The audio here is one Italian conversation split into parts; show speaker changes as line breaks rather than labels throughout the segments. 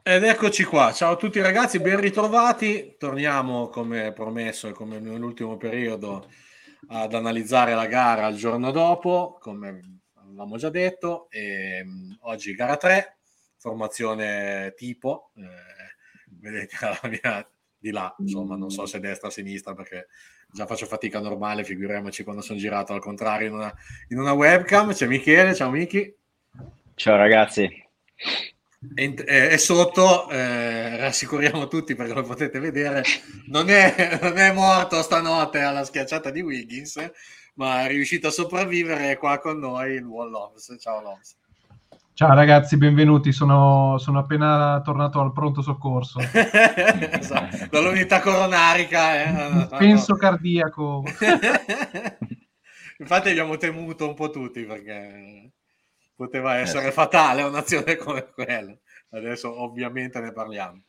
Ed eccoci qua, ciao a tutti ragazzi, ben ritrovati. Torniamo come promesso e come nell'ultimo periodo ad analizzare la gara il giorno dopo, come avevamo già detto. Oggi gara 3, formazione tipo, vedete alla mia di là, insomma non so se destra o sinistra perché già faccio fatica normale, figuriamoci quando sono girato al contrario in una webcam. C'è Michele, ciao Michi.
Ciao ragazzi.
E sotto rassicuriamo tutti perché lo potete vedere, non è morto stanotte alla schiacciata di Wiggins, ma è riuscito a sopravvivere qua con noi il buon Loms. Ciao Loms.
Ciao ragazzi, benvenuti. Sono appena tornato al pronto soccorso.
Dall'unità coronarica.
Dispenso cardiaco.
Infatti abbiamo temuto un po' tutti perché poteva essere fatale un'azione come quella. Adesso ovviamente ne parliamo.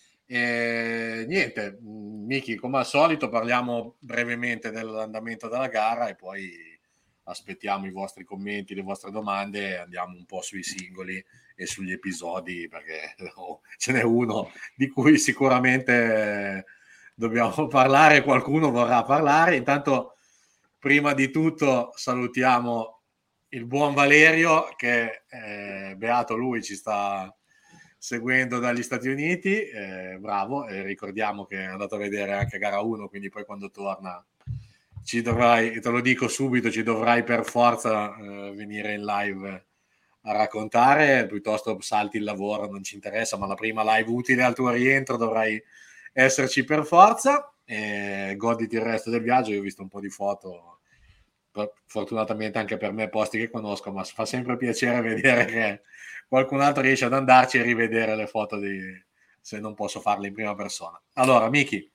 Niente, Miki, come al solito parliamo brevemente dell'andamento della gara e poi aspettiamo i vostri commenti, le vostre domande e andiamo un po' sui singoli e sugli episodi perché ce n'è uno di cui sicuramente dobbiamo parlare, qualcuno vorrà parlare. Intanto, prima di tutto, salutiamo il buon Valerio che beato lui ci sta seguendo dagli Stati Uniti, bravo, e ricordiamo che è andato a vedere anche gara 1, quindi poi quando torna ci dovrai, te lo dico subito, ci dovrai per forza venire in live a raccontare, piuttosto salti il lavoro, non ci interessa, ma la prima live utile al tuo rientro dovrai esserci per forza. Goditi il resto del viaggio. Io ho visto un po' di foto, fortunatamente anche per me posti che conosco, ma fa sempre piacere vedere che qualcun altro riesce ad andarci e rivedere le foto se non posso farle in prima persona. Allora, Miki.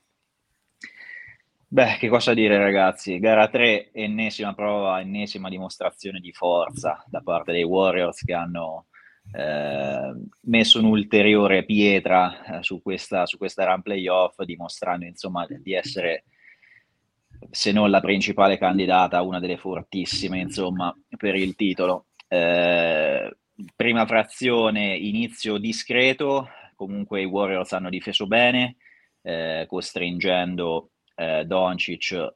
Beh, che cosa dire ragazzi, gara 3, ennesima prova, ennesima dimostrazione di forza da parte dei Warriors che hanno messo un'ulteriore pietra su questa run playoff, dimostrando insomma di essere, se non la principale candidata, una delle fortissime insomma per il titolo. Prima frazione, inizio discreto, comunque i Warriors hanno difeso bene, costringendo Doncic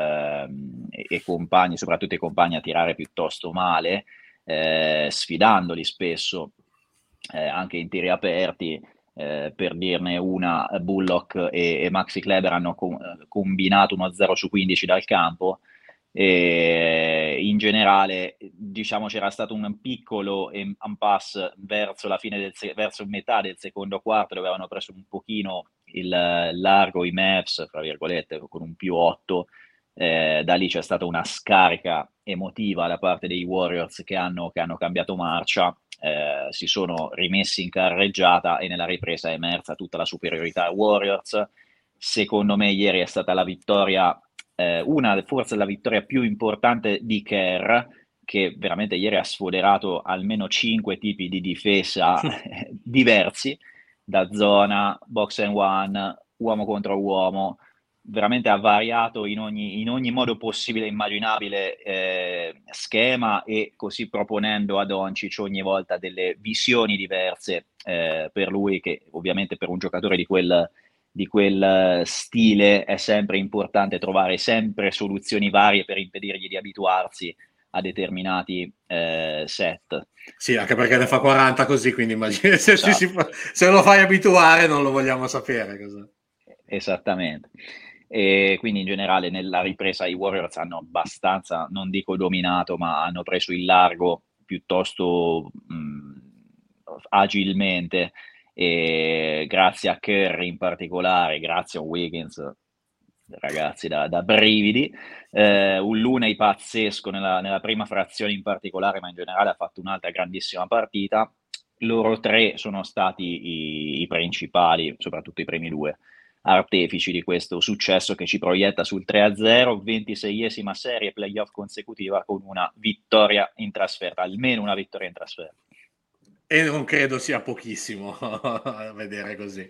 e compagni, soprattutto i compagni, a tirare piuttosto male, sfidandoli spesso anche in tiri aperti. Per dirne una, Bullock e Maxi Kleber hanno combinato uno 0 su 15 dal campo. E in generale, diciamo, c'era stato un piccolo impasse verso la fine verso metà del secondo quarto, dove avevano preso un pochino il largo i Mavs, fra virgolette, con un +8. Da lì c'è stata una scarica emotiva da parte dei Warriors che hanno cambiato marcia. Si sono rimessi in carreggiata e nella ripresa è emersa tutta la superiorità Warriors. Secondo me ieri è stata la vittoria, forse la vittoria più importante di Kerr, che veramente ieri ha sfoderato almeno 5 tipi di difesa diversi, da zona, box and one, uomo contro uomo. Veramente ha variato in ogni modo possibile e immaginabile schema, e così proponendo a Doncic ogni volta delle visioni diverse per lui, che ovviamente per un giocatore di quel stile è sempre importante trovare sempre soluzioni varie per impedirgli di abituarsi a determinati set.
Sì, anche perché ne fa 40 così, quindi immagino
Esatto.
se lo fai abituare non lo vogliamo sapere. Cosa.
Esattamente. E quindi in generale nella ripresa i Warriors hanno abbastanza, non dico dominato, ma hanno preso il largo piuttosto agilmente, e grazie a Curry in particolare, grazie a Wiggins, ragazzi da brividi, un Looney pazzesco nella prima frazione in particolare, ma in generale ha fatto un'altra grandissima partita. Loro tre sono stati i principali, soprattutto i primi due, artefici di questo successo che ci proietta sul 3-0, 26esima serie playoff consecutiva con una vittoria in trasferta, almeno una vittoria in trasferta.
E non credo sia pochissimo a vedere così.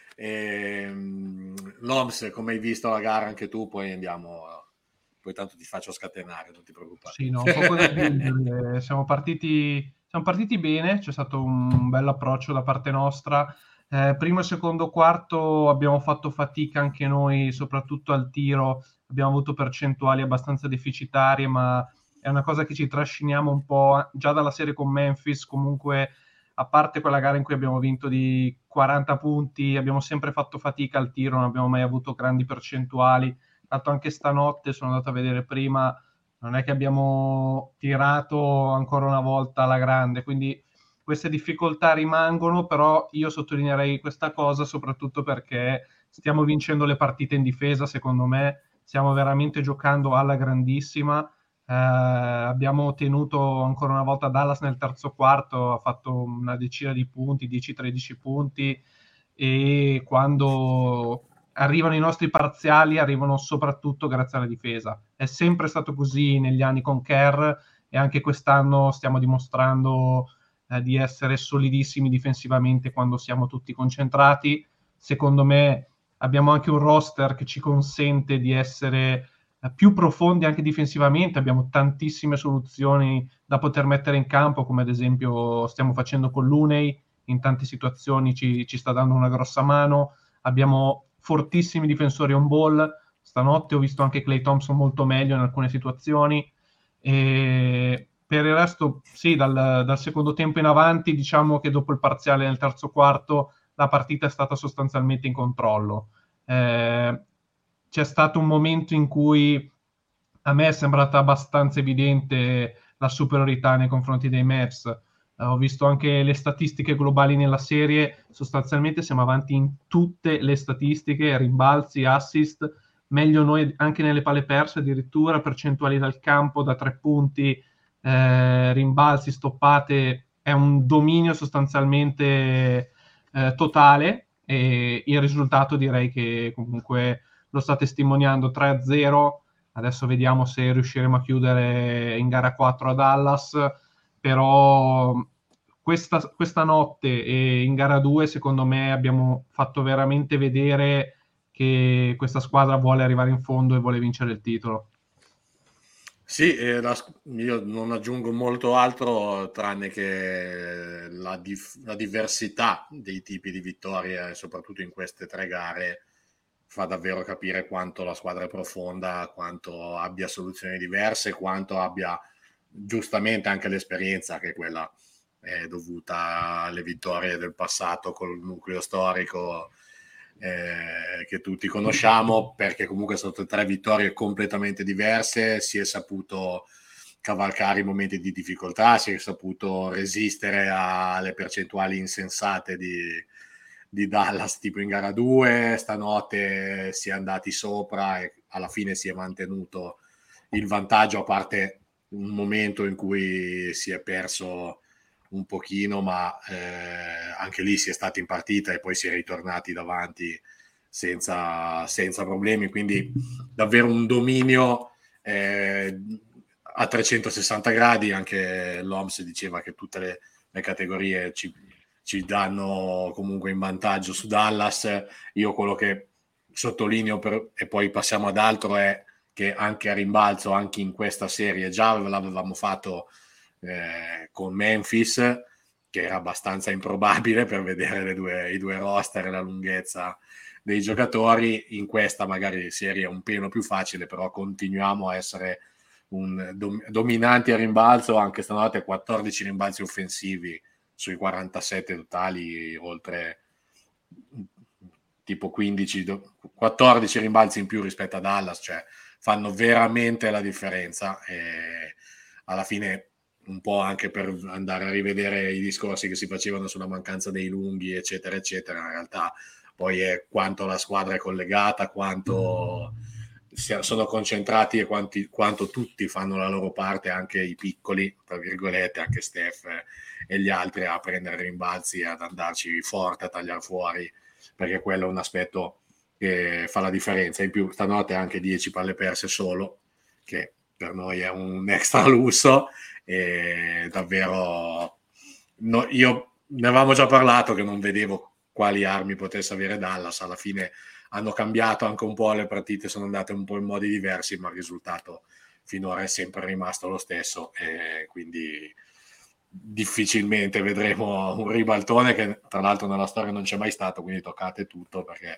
Loms, come hai visto la gara anche tu, poi andiamo, poi tanto ti faccio scatenare, non ti preoccupare.
Sì, no, poco da aggiungere. Siamo partiti bene, c'è stato un bel approccio da parte nostra. Primo e secondo quarto abbiamo fatto fatica anche noi, soprattutto al tiro, abbiamo avuto percentuali abbastanza deficitarie, ma è una cosa che ci trasciniamo un po' già dalla serie con Memphis. Comunque, a parte quella gara in cui abbiamo vinto di 40 punti, abbiamo sempre fatto fatica al tiro, non abbiamo mai avuto grandi percentuali. Tanto anche stanotte, sono andato a vedere prima, non è che abbiamo tirato ancora una volta alla grande, quindi queste difficoltà rimangono, però io sottolineerei questa cosa soprattutto perché stiamo vincendo le partite in difesa, secondo me, stiamo veramente giocando alla grandissima. Abbiamo tenuto ancora una volta Dallas nel terzo quarto, ha fatto una decina di punti, 10-13 punti, e quando arrivano i nostri parziali arrivano soprattutto grazie alla difesa. È sempre stato così negli anni con Kerr, e anche quest'anno stiamo dimostrando di essere solidissimi difensivamente quando siamo tutti concentrati. Secondo me abbiamo anche un roster che ci consente di essere più profondi anche difensivamente, abbiamo tantissime soluzioni da poter mettere in campo, come ad esempio stiamo facendo con Looney, in tante situazioni ci sta dando una grossa mano, abbiamo fortissimi difensori on ball, stanotte ho visto anche Klay Thompson molto meglio in alcune situazioni, e per il resto sì, dal secondo tempo in avanti diciamo che dopo il parziale nel terzo quarto la partita è stata sostanzialmente in controllo. C'è stato un momento in cui a me è sembrata abbastanza evidente la superiorità nei confronti dei Mavs. Ho visto anche le statistiche globali nella serie, sostanzialmente siamo avanti in tutte le statistiche, rimbalzi, assist, meglio noi anche nelle palle perse, addirittura percentuali dal campo da 3 punti, rimbalzi, stoppate, è un dominio sostanzialmente totale, e il risultato direi che comunque lo sta testimoniando. 3-0, adesso vediamo se riusciremo a chiudere in gara 4 a Dallas, però questa notte e in gara 2 secondo me abbiamo fatto veramente vedere che questa squadra vuole arrivare in fondo e vuole vincere il titolo.
Sì, io non aggiungo molto altro tranne che la diversità dei tipi di vittorie, soprattutto in queste 3 gare, fa davvero capire quanto la squadra è profonda, quanto abbia soluzioni diverse, quanto abbia giustamente anche l'esperienza, che quella è dovuta alle vittorie del passato col nucleo storico che tutti conosciamo, perché comunque sono state 3 vittorie completamente diverse, si è saputo cavalcare i momenti di difficoltà, si è saputo resistere alle percentuali insensate di Dallas, tipo in gara 2, stanotte si è andati sopra e alla fine si è mantenuto il vantaggio, a parte un momento in cui si è perso un pochino, ma anche lì si è stati in partita e poi si è ritornati davanti senza problemi, quindi davvero un dominio a 360 gradi. Anche l'OMS diceva che tutte le categorie ci danno comunque in vantaggio su Dallas. Io quello che sottolineo e poi passiamo ad altro è che anche a rimbalzo, anche in questa serie, già l'avevamo fatto con Memphis, che era abbastanza improbabile per vedere i due roster e la lunghezza dei giocatori. In questa magari serie è un pelo più facile, però continuiamo a essere dominanti a rimbalzo. Anche stanotte 14 rimbalzi offensivi sui 47 totali, oltre tipo 14 rimbalzi in più rispetto a Dallas, cioè fanno veramente la differenza. E alla fine, un po' anche per andare a rivedere i discorsi che si facevano sulla mancanza dei lunghi, eccetera eccetera, in realtà poi è quanto la squadra è collegata, quanto sono concentrati e quanto tutti fanno la loro parte, anche i piccoli, tra virgolette, anche Steph e gli altri, a prendere rimbalzi, ad andarci forte, a tagliare fuori, perché quello è un aspetto che fa la differenza. In più stanotte anche 10 palle perse solo, che per noi è un extra lusso, e davvero io ne avevamo già parlato che non vedevo quali armi potesse avere Dallas. Alla fine hanno cambiato anche un po' le partite, sono andate un po' in modi diversi, ma il risultato finora è sempre rimasto lo stesso, e quindi difficilmente vedremo un ribaltone, che tra l'altro nella storia non c'è mai stato, quindi toccate tutto, perché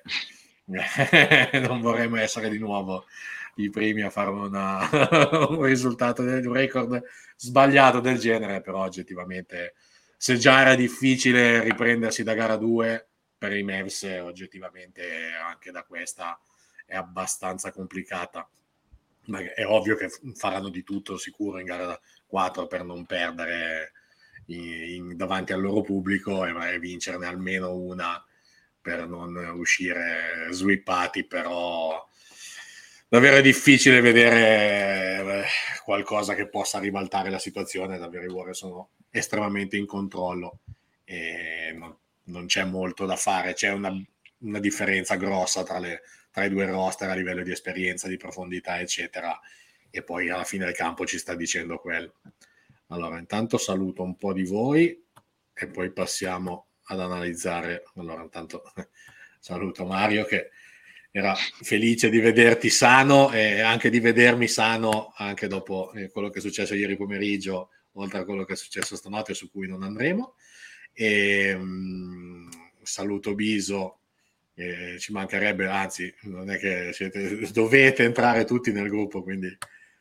non vorremmo essere di nuovo i primi a fare un risultato, un record sbagliato del genere. Però oggettivamente, se già era difficile riprendersi da gara 2 per i Mavs, oggettivamente anche da questa è abbastanza complicata. Ma è ovvio che faranno di tutto sicuro in gara 4 per non perdere davanti al loro pubblico e vincerne almeno una per non uscire swippati. Però davvero è difficile vedere qualcosa che possa ribaltare la situazione. Davvero i Warriors sono estremamente in controllo e non c'è molto da fare. C'è una differenza grossa tra i due roster a livello di esperienza, di profondità, eccetera, e poi alla fine del campo ci sta dicendo quello. Allora, intanto saluto un po' di voi e poi passiamo ad analizzare. Allora, intanto saluto Mario, che era felice di vederti sano e anche di vedermi sano anche dopo quello che è successo ieri pomeriggio, oltre a quello che è successo stanotte, su cui non andremo. E saluto Biso, ci mancherebbe, anzi non è che dovete entrare tutti nel gruppo, quindi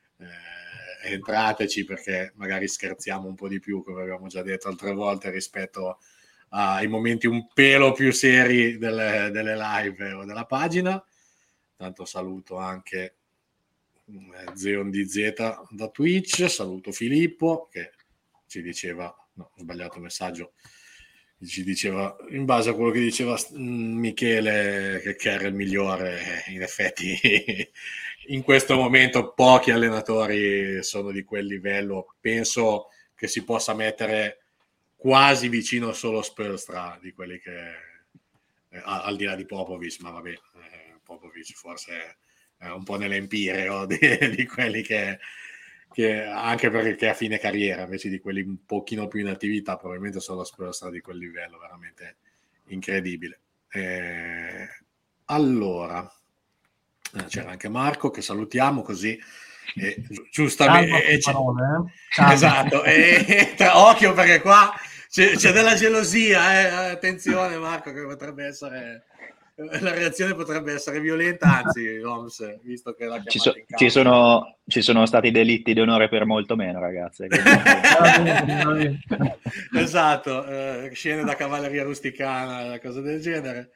entrateci, perché magari scherziamo un po' di più, come abbiamo già detto altre volte, rispetto ai momenti un pelo più seri delle live o della pagina. Tanto saluto anche Zeon DZ da Twitch, saluto Filippo che ci diceva, no, ho sbagliato il messaggio, ci diceva, in base a quello che diceva Michele, che Kerr è il migliore. In effetti in questo momento pochi allenatori sono di quel livello. Penso che si possa mettere quasi vicino solo Spoelstra di quelli che al di là di Popovic, ma vabbè, Popovic forse è un po' nell'empireo di quelli che anche perché a fine carriera, invece di quelli un pochino più in attività, probabilmente solo Spoelstra di quel livello, veramente incredibile. Allora c'era anche Marco, che salutiamo, così giustamente esatto, occhio, perché qua c'è della gelosia, attenzione Marco, che potrebbe essere, la reazione potrebbe essere violenta, anzi Oms, visto che l'ha chiamata in campo,
ci sono stati delitti di onore per molto meno, ragazzi.
esatto, scene da cavalleria rusticana, cose del genere.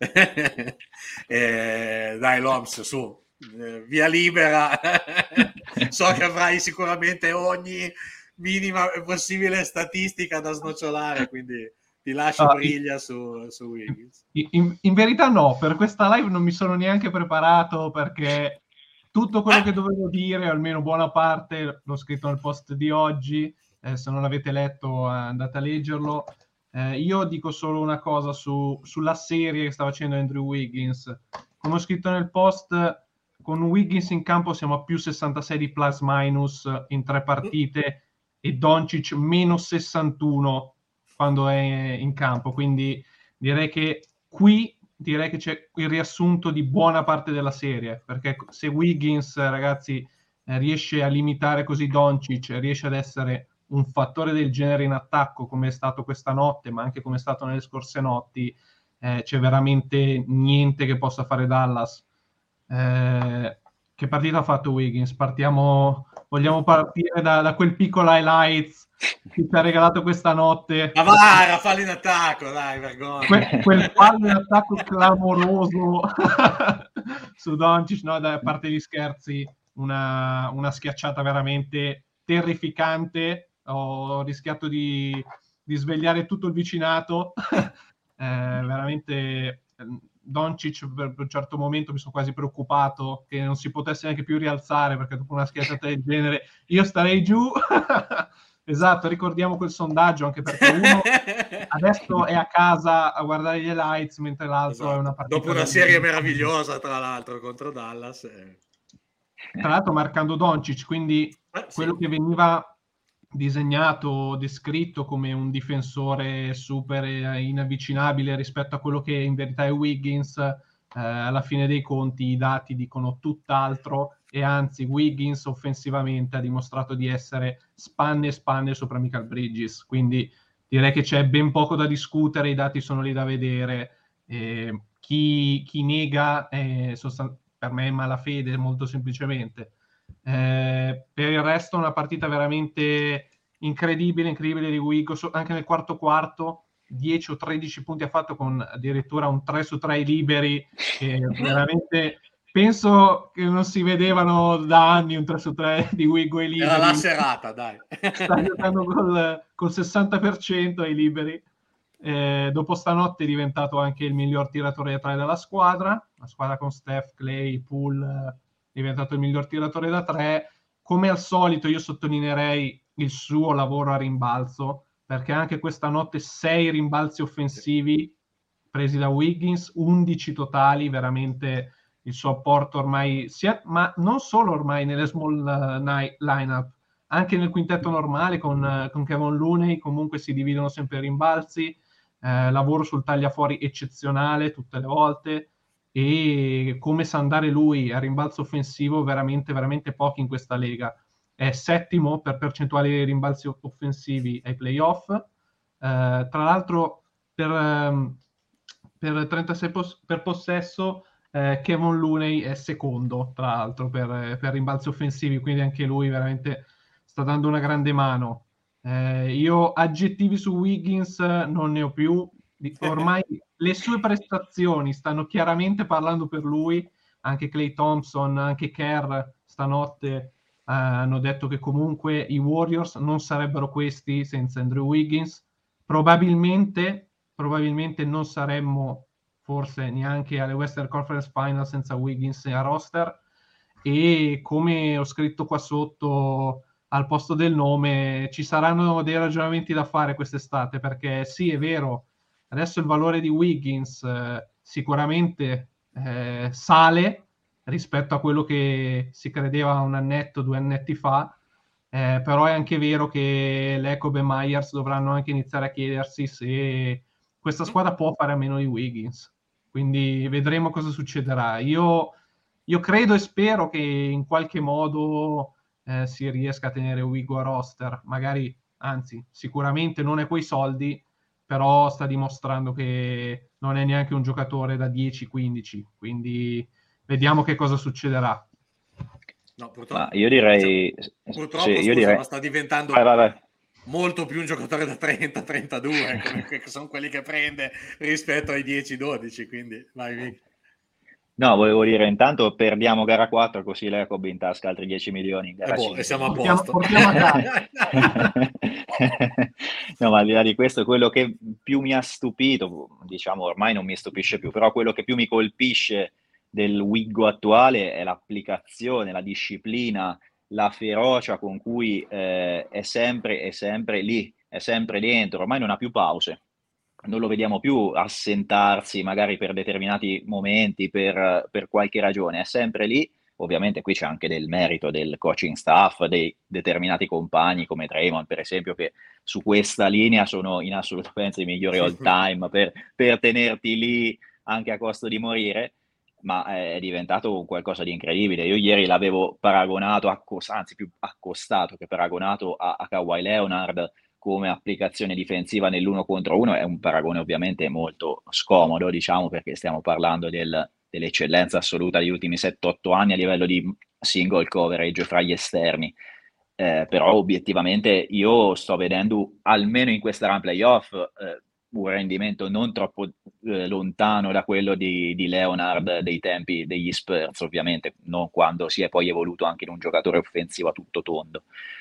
Dai Loms, su, via libera. So che avrai sicuramente ogni minima possibile statistica da snocciolare, quindi ti lascio briglia su Wiggins.
In verità no, per questa live non mi sono neanche preparato, perché tutto quello che dovevo dire, almeno buona parte, l'ho scritto nel post di oggi. Se non l'avete letto andate a leggerlo. Io dico solo una cosa sulla serie che sta facendo Andrew Wiggins. Come ho scritto nel post, con Wiggins in campo siamo a più 66 di plus minus in 3 partite e Doncic meno 61 quando è in campo, quindi direi che c'è il riassunto di buona parte della serie, perché se Wiggins, ragazzi, riesce a limitare così Doncic, riesce ad essere un fattore del genere in attacco, come è stato questa notte, ma anche come è stato nelle scorse notti, c'è veramente niente che possa fare Dallas. Che partita ha fatto Wiggins? Vogliamo partire da quel piccolo highlights che ci ha regalato questa notte.
Ma va, fallo in attacco, dai, vergogna.
Quel fallo in attacco clamoroso su Doncic, no, da parte gli scherzi, una schiacciata veramente terrificante. Ho rischiato di svegliare tutto il vicinato. Veramente Doncic per un certo momento mi sono quasi preoccupato che non si potesse neanche più rialzare, perché dopo una schiacciata del genere io starei giù. Esatto, ricordiamo quel sondaggio, anche perché uno adesso è a casa a guardare gli highlights, mentre l'altro è una partita.
Dopo una serie meravigliosa, tra l'altro, contro Dallas.
Tra l'altro marcando Doncic, quindi quello che veniva disegnato, descritto come un difensore super inavvicinabile rispetto a quello che in verità è Wiggins, alla fine dei conti i dati dicono tutt'altro, e anzi Wiggins offensivamente ha dimostrato di essere spanne e spanne sopra Michael Bridges, quindi direi che c'è ben poco da discutere, i dati sono lì da vedere. Chi nega per me è malafede, molto semplicemente. Per il resto una partita veramente incredibile di Wiggo, anche nel quarto 10 o 13 punti ha fatto, con addirittura un 3 su 3 liberi, che veramente penso che non si vedevano da anni un 3 su 3 di Wiggo ai liberi.
Era la serata, dai.
Sta giocando col 60% ai liberi. Dopo stanotte è diventato anche il miglior tiratore da 3 della squadra, la squadra con Steph, Clay, Poole, è diventato il miglior tiratore da 3. Come al solito io sottolineerei il suo lavoro a rimbalzo, perché anche questa notte 6 rimbalzi offensivi presi da Wiggins, 11 totali, veramente il suo apporto ormai, ma non solo ormai nelle small lineup, anche nel quintetto normale con Kevon Looney comunque si dividono sempre i rimbalzi, lavoro sul tagliafuori eccezionale tutte le volte, e come sa andare lui a rimbalzo offensivo veramente, veramente pochi in questa lega. È settimo per percentuale di rimbalzi offensivi ai playoff, tra l'altro per 36 per possesso Kevon Looney è secondo, tra l'altro, per rimbalzi offensivi, quindi anche lui veramente sta dando una grande mano. Io aggettivi su Wiggins non ne ho più, ormai le sue prestazioni stanno chiaramente parlando per lui, anche Klay Thompson, anche Kerr stanotte hanno detto che comunque i Warriors non sarebbero questi senza Andrew Wiggins. Probabilmente non saremmo forse neanche alle Western Conference Final senza Wiggins a roster, e come ho scritto qua sotto al posto del nome ci saranno dei ragionamenti da fare quest'estate, perché sì, è vero, adesso il valore di Wiggins sicuramente sale rispetto a quello che si credeva un annetto, 2 annetti fa, però è anche vero che Lacob e Myers dovranno anche iniziare a chiedersi se questa squadra può fare a meno di Wiggins, quindi vedremo cosa succederà. Io credo e spero che in qualche modo si riesca a tenere Wiggo a roster, magari, anzi, sicuramente non è quei soldi, però sta dimostrando che non è neanche un giocatore da 10-15, quindi vediamo che cosa succederà.
No, purtroppo,
io direi...
purtroppo
sì, io
scusa,
direi...
ma sta diventando
vai.
molto più un giocatore da 30-32, che sono quelli che prende rispetto ai 10-12, quindi vai Vic.
No, volevo dire, intanto perdiamo gara 4, così Lacob in tasca altri 10 milioni in gara 5.
E siamo a posto.
Portiamo a casa.
No, ma al di là di questo, quello che più mi ha stupito, diciamo ormai non mi stupisce più, però quello che più mi colpisce del Wiggo attuale è l'applicazione, la disciplina, la ferocia con cui è sempre lì, è sempre dentro, ormai non ha più pause. Non lo vediamo più assentarsi magari per determinati momenti, per qualche ragione, è sempre lì. Ovviamente qui c'è anche del merito del coaching staff, dei determinati compagni come Draymond, per esempio, che su questa linea sono in assoluto penso i migliori all time per tenerti lì anche a costo di morire, ma è diventato qualcosa di incredibile. Io ieri l'avevo paragonato, anzi più accostato che paragonato a Kawhi Leonard come applicazione difensiva nell'1 contro 1. È un paragone ovviamente molto scomodo, diciamo, perché stiamo parlando dell'eccellenza assoluta degli ultimi 7-8 anni a livello di single coverage fra gli esterni. Però obiettivamente io sto vedendo, almeno in questa run playoff, un rendimento non troppo lontano da quello di Leonard dei tempi degli Spurs, ovviamente non quando si è poi evoluto anche in un giocatore offensivo a tutto tondo.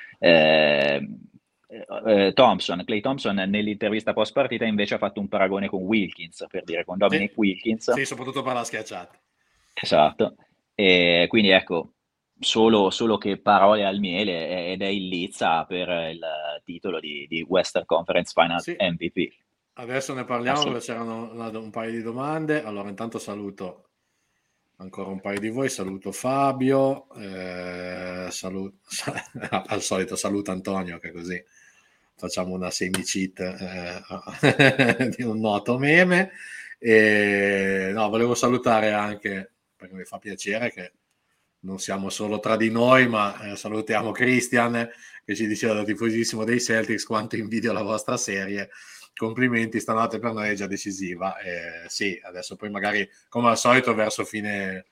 Klay Thompson nell'intervista post partita invece ha fatto un paragone con Wilkins, per dire, con Dominic Wilkins.
Sì, soprattutto per la schiacciata.
Esatto, e quindi ecco, solo che parole al miele, ed è in lizza per il titolo di Western Conference Finals
Sì.
MVP.
Adesso ne parliamo perché c'erano un paio di domande. Allora intanto saluto ancora un paio di voi, saluto Fabio, al solito saluto Antonio, che così facciamo una semi-cheat di un noto meme. E, no, volevo salutare anche, perché mi fa piacere che non siamo solo tra di noi, ma salutiamo Christian che ci diceva da tifosissimo dei Celtics quanto invidio la vostra serie. Complimenti, stanotte per noi è già decisiva. Sì, adesso poi magari come al solito verso fine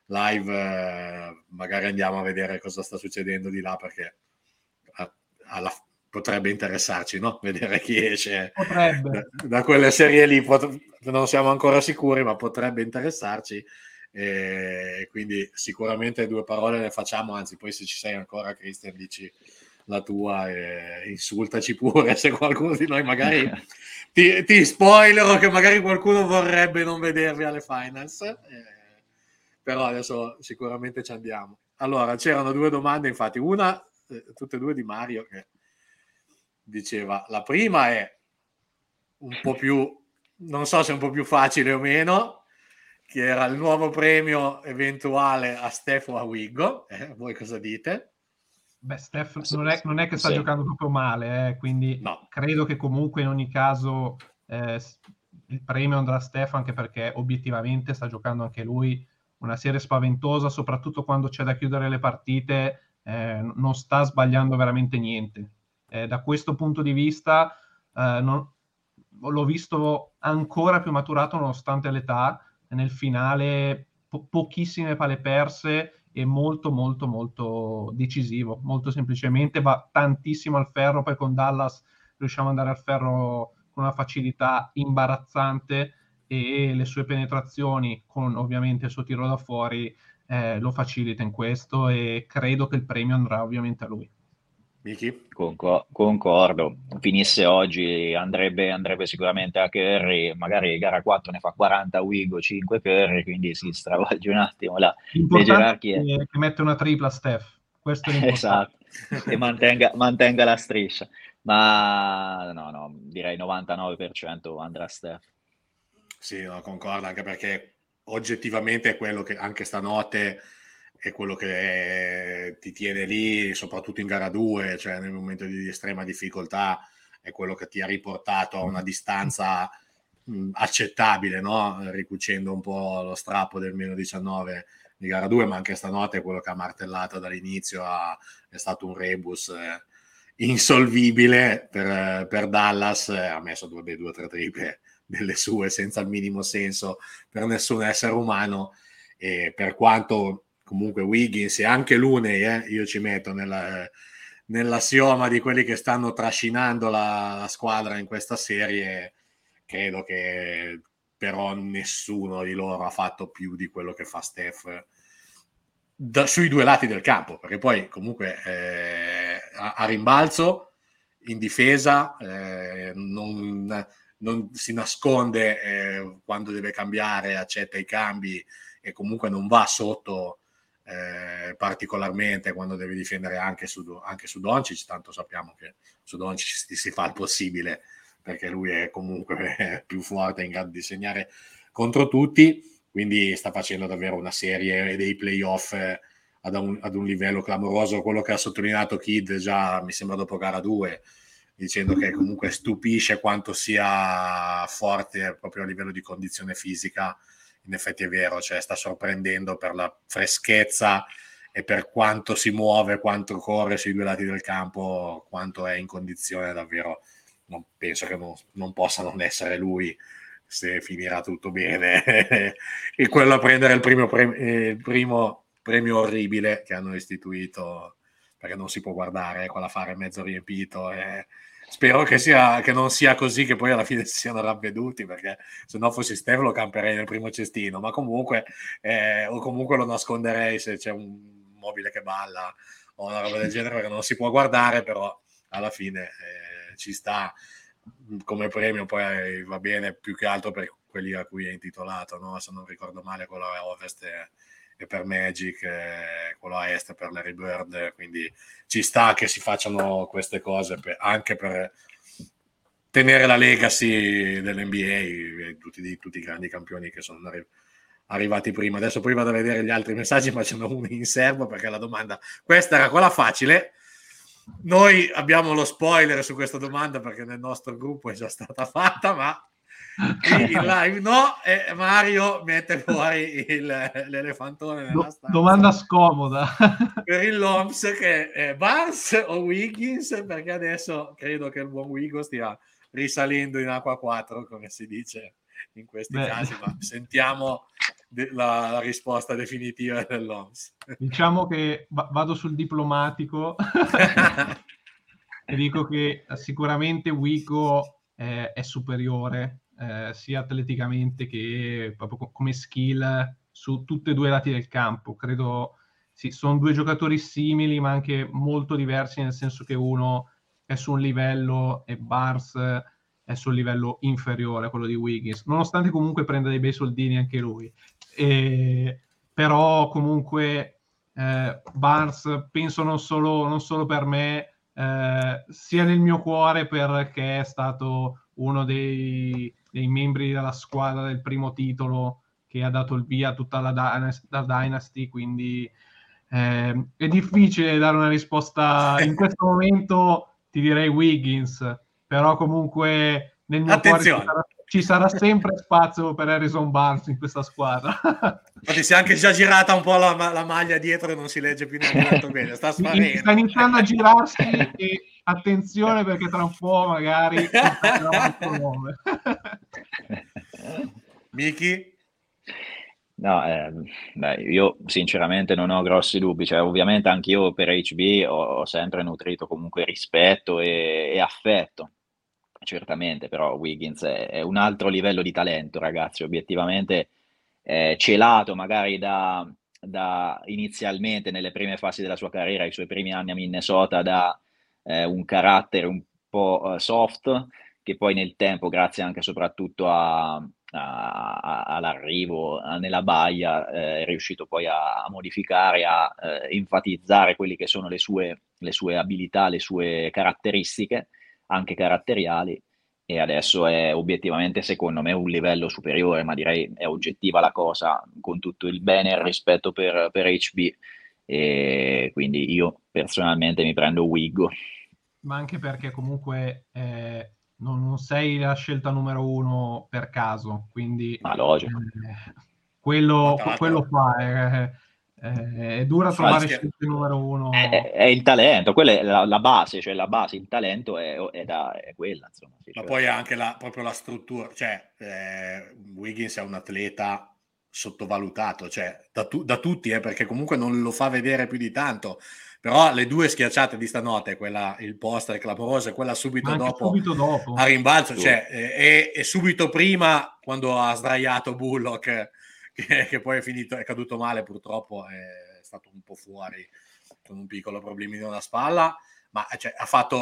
live magari andiamo a vedere cosa sta succedendo di là, perché potrebbe interessarci, no? Vedere chi esce da quelle serie lì. Non siamo ancora sicuri, ma potrebbe interessarci. Quindi sicuramente 2 parole le facciamo, anzi poi se ci sei ancora, Christian, dici la tua e insultaci pure se qualcuno di noi magari ti spoilerò che magari qualcuno vorrebbe non vedervi alle finals, però adesso sicuramente ci andiamo. Allora, c'erano 2 domande, infatti una tutte e 2 di Mario, che diceva, la prima è un po' più, non so se è un po' più facile o meno, che era il nuovo premio eventuale a Steph o a Wiggo. Voi cosa dite?
Beh, Steph non è che sta giocando proprio male, quindi
no.
Credo che comunque in ogni caso il premio andrà a Steph, anche perché obiettivamente sta giocando anche lui una serie spaventosa, soprattutto quando c'è da chiudere le partite, non sta sbagliando veramente niente. Da questo punto di vista l'ho visto ancora più maturato nonostante l'età, nel finale pochissime palle perse e molto molto molto decisivo, molto semplicemente va tantissimo al ferro. Poi con Dallas riusciamo ad andare al ferro con una facilità imbarazzante e le sue penetrazioni con ovviamente il suo tiro da fuori lo facilita in questo, e credo che il premio andrà ovviamente a lui.
Miki?
Concordo, finisse oggi andrebbe sicuramente a Curry, magari gara 4 ne fa 40 Wiggo, 5 Curry, quindi si stravolge un attimo le gerarchie.
Che mette una tripla Steph, questo è l'importante.
Esatto, e mantenga la striscia, ma no, direi 99% andrà a Steph.
Sì, no, concordo, anche perché oggettivamente è quello che anche stanotte è quello che ti tiene lì, soprattutto in gara 2, cioè nel momento di estrema difficoltà, è quello che ti ha riportato a una distanza accettabile, no? Ricucendo un po' lo strappo del meno 19 di gara 2, ma anche stanotte è quello che ha martellato dall'inizio, è stato un rebus insolvibile per Dallas, ha messo 2 o 3 triple delle sue senza il minimo senso per nessun essere umano, e per quanto comunque Wiggins e anche Looney io ci metto nell'assioma di quelli che stanno trascinando la squadra in questa serie, credo che però nessuno di loro ha fatto più di quello che fa Steph sui 2 lati del campo, perché poi comunque a rimbalzo, in difesa, non si nasconde quando deve cambiare, accetta i cambi e comunque non va sotto particolarmente quando deve difendere anche su Doncic. Tanto sappiamo che su Doncic si fa il possibile, perché lui è comunque più forte, in grado di segnare contro tutti, quindi sta facendo davvero una serie dei playoff ad un livello clamoroso. Quello che ha sottolineato Kidd già, mi sembra dopo gara 2, dicendo che comunque stupisce quanto sia forte proprio a livello di condizione fisica. In effetti è vero, cioè sta sorprendendo per la freschezza e per quanto si muove, quanto corre sui 2 lati del campo, quanto è in condizione davvero. Non penso che non possa non essere lui, se finirà tutto bene, e quello a prendere il primo premio orribile che hanno istituito, perché non si può guardare con l'affare mezzo riempito. Spero che non sia così, che poi alla fine si siano ravveduti, perché se no fossi Steph lo camperei nel primo cestino, ma comunque o comunque lo nasconderei se c'è un mobile che balla o una roba del genere, perché non si può guardare, però alla fine ci sta come premio. Poi va bene più che altro per quelli a cui è intitolato, no? Se non ricordo male, quello a Ovest e per Magic, quello a Est per Larry Bird, quindi ci sta che si facciano queste cose anche per tenere la legacy dell'NBA e tutti i grandi campioni che sono arrivati prima. Adesso poi vado a vedere gli altri messaggi, ma ce n'è uno in serbo, perché la domanda, questa era quella facile. Noi abbiamo lo spoiler su questa domanda perché nel nostro gruppo è già stata fatta, ma Qui in live no, e Mario mette fuori l'elefantone nella stanza.
Domanda scomoda.
Per il Loms, che è Barnes o Wiggins, perché adesso credo che il buon Wigo stia risalendo in acqua 4, come si dice in questi casi, ma sentiamo la risposta definitiva del Loms.
Diciamo che vado sul diplomatico e dico che sicuramente Wigo è superiore sia atleticamente che proprio come skill su tutti e due i lati del campo. Credo sì, sono due giocatori simili ma anche molto diversi, nel senso che uno è su un livello e Barnes è sul livello inferiore a quello di Wiggins, nonostante comunque prenda dei bei soldini anche lui. Però comunque Barnes penso non solo per me, sia nel mio cuore, perché è stato uno dei membri della squadra del primo titolo che ha dato il via a tutta la Dynasty, quindi è difficile dare una risposta in questo momento. Ti direi Wiggins, però comunque nel mio cuore ci sarà sempre spazio per Harrison Barnes in questa squadra.
Infatti si è anche già girata un po' la maglia dietro e non si legge più neanche tanto bene, sta sparendo.
Sta iniziando a girarsi e attenzione, perché tra un po' magari
Miki?
No, io sinceramente non ho grossi dubbi, cioè ovviamente anch'io per HB ho sempre nutrito comunque rispetto e affetto, certamente, però Wiggins è un altro livello di talento, ragazzi, obiettivamente celato magari da inizialmente nelle prime fasi della sua carriera, i suoi primi anni a Minnesota, da un carattere un po' soft, che poi nel tempo, grazie anche soprattutto all'arrivo nella baia, è riuscito poi a modificare, a enfatizzare quelli che sono le sue abilità, le sue caratteristiche, anche caratteriali, e adesso è obiettivamente, secondo me, un livello superiore, ma direi è oggettiva la cosa, con tutto il bene e il rispetto per HB, e quindi io personalmente mi prendo Wiggo.
Ma anche perché comunque non sei la scelta numero uno per caso, quindi quello fa. È dura trovare scelte numero uno.
È il talento, quella è la base, cioè la base, il talento è quella, insomma.
Ma poi anche proprio la struttura, cioè Wiggins è un atleta sottovalutato, cioè da tutti, perché comunque non lo fa vedere più di tanto. Però le due schiacciate di stanotte, quella, il poster clamoroso e quella subito dopo a rimbalzo, cioè, e subito prima quando ha sdraiato Bullock, che poi è caduto male, purtroppo è stato un po' fuori con un piccolo problemino alla spalla, ma cioè,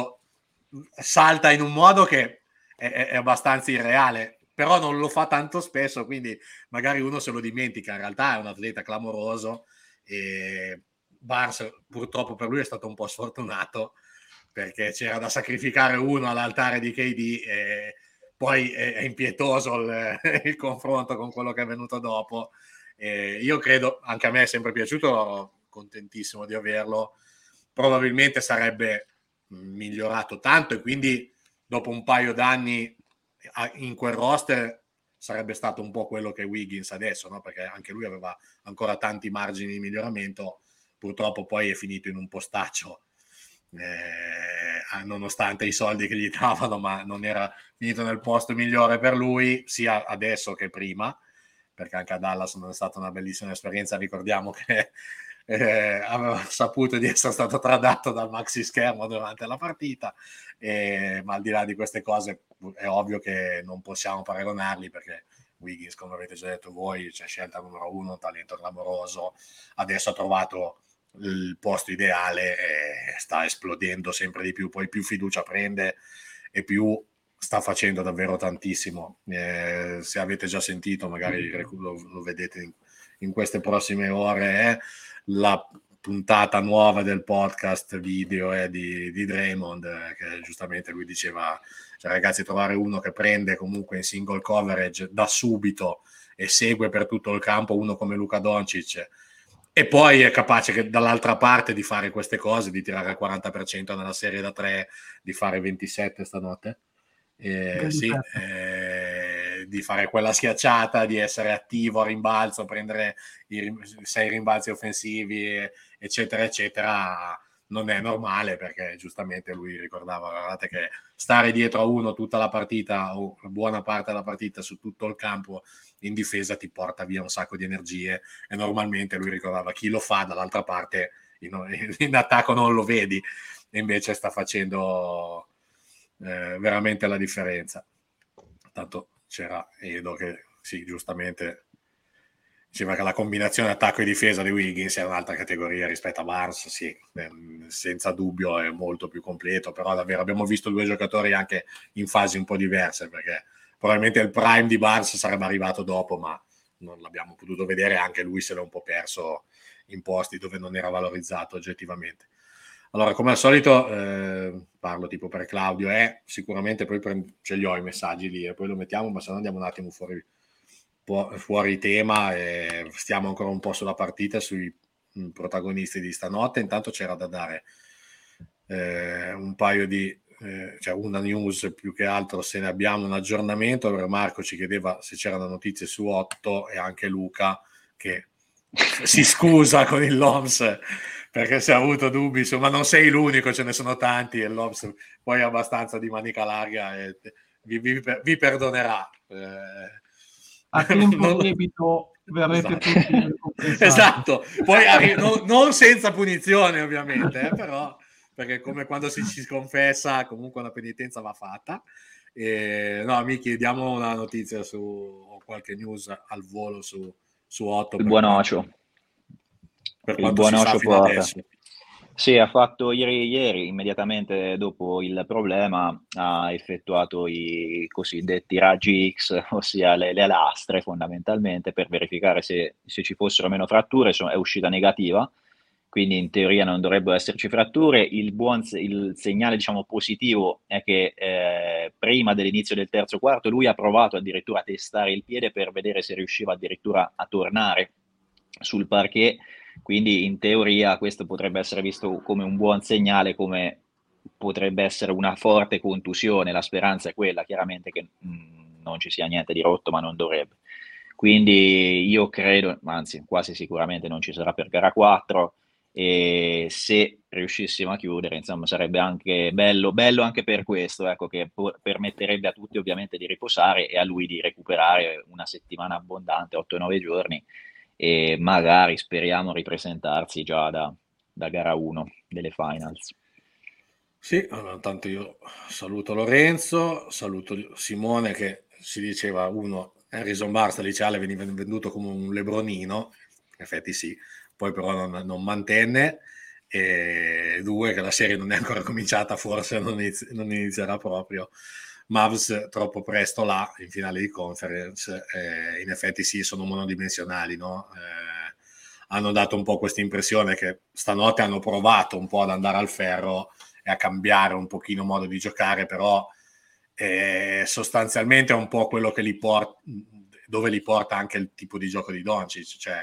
salta in un modo che è abbastanza irreale, però non lo fa tanto spesso, quindi magari uno se lo dimentica. In realtà è un atleta clamoroso, e Barnes purtroppo per lui è stato un po' sfortunato, perché c'era da sacrificare uno all'altare di KD, e poi è impietoso il confronto con quello che è venuto dopo. Io credo, anche a me è sempre piaciuto, contentissimo di averlo, probabilmente sarebbe migliorato tanto, e quindi dopo un paio d'anni in quel roster sarebbe stato un po' quello che è Wiggins adesso, no? Perché anche lui aveva ancora tanti margini di miglioramento. Purtroppo poi è finito in un postaccio, nonostante i soldi che gli davano, ma non era finito nel posto migliore per lui, sia adesso che prima, perché anche a Dallas non è stata una bellissima esperienza. Ricordiamo che aveva saputo di essere stato tradato dal maxi schermo durante la partita, ma al di là di queste cose è ovvio che non possiamo paragonarli, perché Wiggins, come avete già detto voi, c'è scelta numero uno, un talento clamoroso, adesso ha trovato il posto ideale e sta esplodendo sempre di più, poi più fiducia prende e più sta facendo davvero tantissimo. Se avete già sentito, magari lo vedete in queste prossime ore, la puntata nuova del podcast video di Draymond, che giustamente lui diceva, cioè, ragazzi, trovare uno che prende comunque in single coverage da subito e segue per tutto il campo uno come Luka Doncic, e poi è capace che dall'altra parte di fare queste cose, di tirare il 40% nella serie da 3, di fare 27 stanotte, sì, di fare quella schiacciata, di essere attivo a rimbalzo, prendere i 6 rimbalzi offensivi, eccetera, eccetera, non è normale, perché giustamente lui ricordava, guardate che stare dietro a uno tutta la partita o buona parte della partita su tutto il campo in difesa ti porta via un sacco di energie, e normalmente lui ricordava chi lo fa dall'altra parte in attacco non lo vedi, e invece sta facendo veramente la differenza. Tanto c'era Edo che sì, giustamente diceva che la combinazione attacco e difesa di Wiggins è un'altra categoria rispetto a Barnes, sì, senza dubbio è molto più completo, però davvero abbiamo visto due giocatori anche in fasi un po' diverse, perché probabilmente il prime di Barnes sarebbe arrivato dopo, ma non l'abbiamo potuto vedere, anche lui se l'è un po' perso in posti dove non era valorizzato oggettivamente. Allora, come al solito, parlo tipo per Claudio, sicuramente poi ce li ho i messaggi lì e poi lo mettiamo, ma se no andiamo un attimo fuori tema e stiamo ancora un po' sulla partita, sui protagonisti di stanotte. Intanto c'era da dare un paio di cioè una news, più che altro se ne abbiamo un aggiornamento. Marco ci chiedeva se c'erano notizie su 8 e anche Luca che si scusa con il LOMS perché si è avuto dubbi, ma non sei l'unico, ce ne sono tanti e il LOMS poi è abbastanza di manica larga e vi perdonerà.
A tempo debito verrete tutti ricompensati.
Esatto, poi non senza punizione ovviamente, però perché come quando si sconfessa comunque una penitenza va fatta. No, Miki, diamo una notizia o qualche news al volo su 8
il buon Ocio.
Per quanto si sa fino adesso.
Sì, ha fatto ieri, immediatamente dopo il problema, ha effettuato i cosiddetti raggi X, ossia le lastre fondamentalmente, per verificare se ci fossero meno fratture. È uscita negativa, quindi in teoria non dovrebbero esserci fratture. Il segnale, diciamo, positivo è che prima dell'inizio del terzo quarto lui ha provato addirittura a testare il piede per vedere se riusciva addirittura a tornare sul parquet, quindi in teoria questo potrebbe essere visto come un buon segnale, come potrebbe essere una forte contusione. La speranza è quella, chiaramente, che non ci sia niente di rotto, ma non dovrebbe. Quindi io credo, anzi quasi sicuramente non ci sarà per gara 4, e se riuscissimo a chiudere, insomma, sarebbe anche bello anche per questo, ecco, che permetterebbe a tutti ovviamente di riposare e a lui di recuperare una settimana abbondante, 8-9 giorni, e magari speriamo ripresentarsi già da gara 1 delle finals.
Sì, allora, intanto io saluto Lorenzo, saluto Simone che si diceva, uno, Harrison Barnes all'Iceale veniva venduto come un lebronino, in effetti sì, poi però non mantenne, e due, che la serie non è ancora cominciata, forse non inizierà proprio. Mavs troppo presto là, in finale di conference, in effetti sì, sono monodimensionali, no? Hanno dato un po' questa impressione che stanotte hanno provato un po' ad andare al ferro e a cambiare un pochino modo di giocare, però sostanzialmente è un po' quello che dove li porta anche il tipo di gioco di Doncic, cioè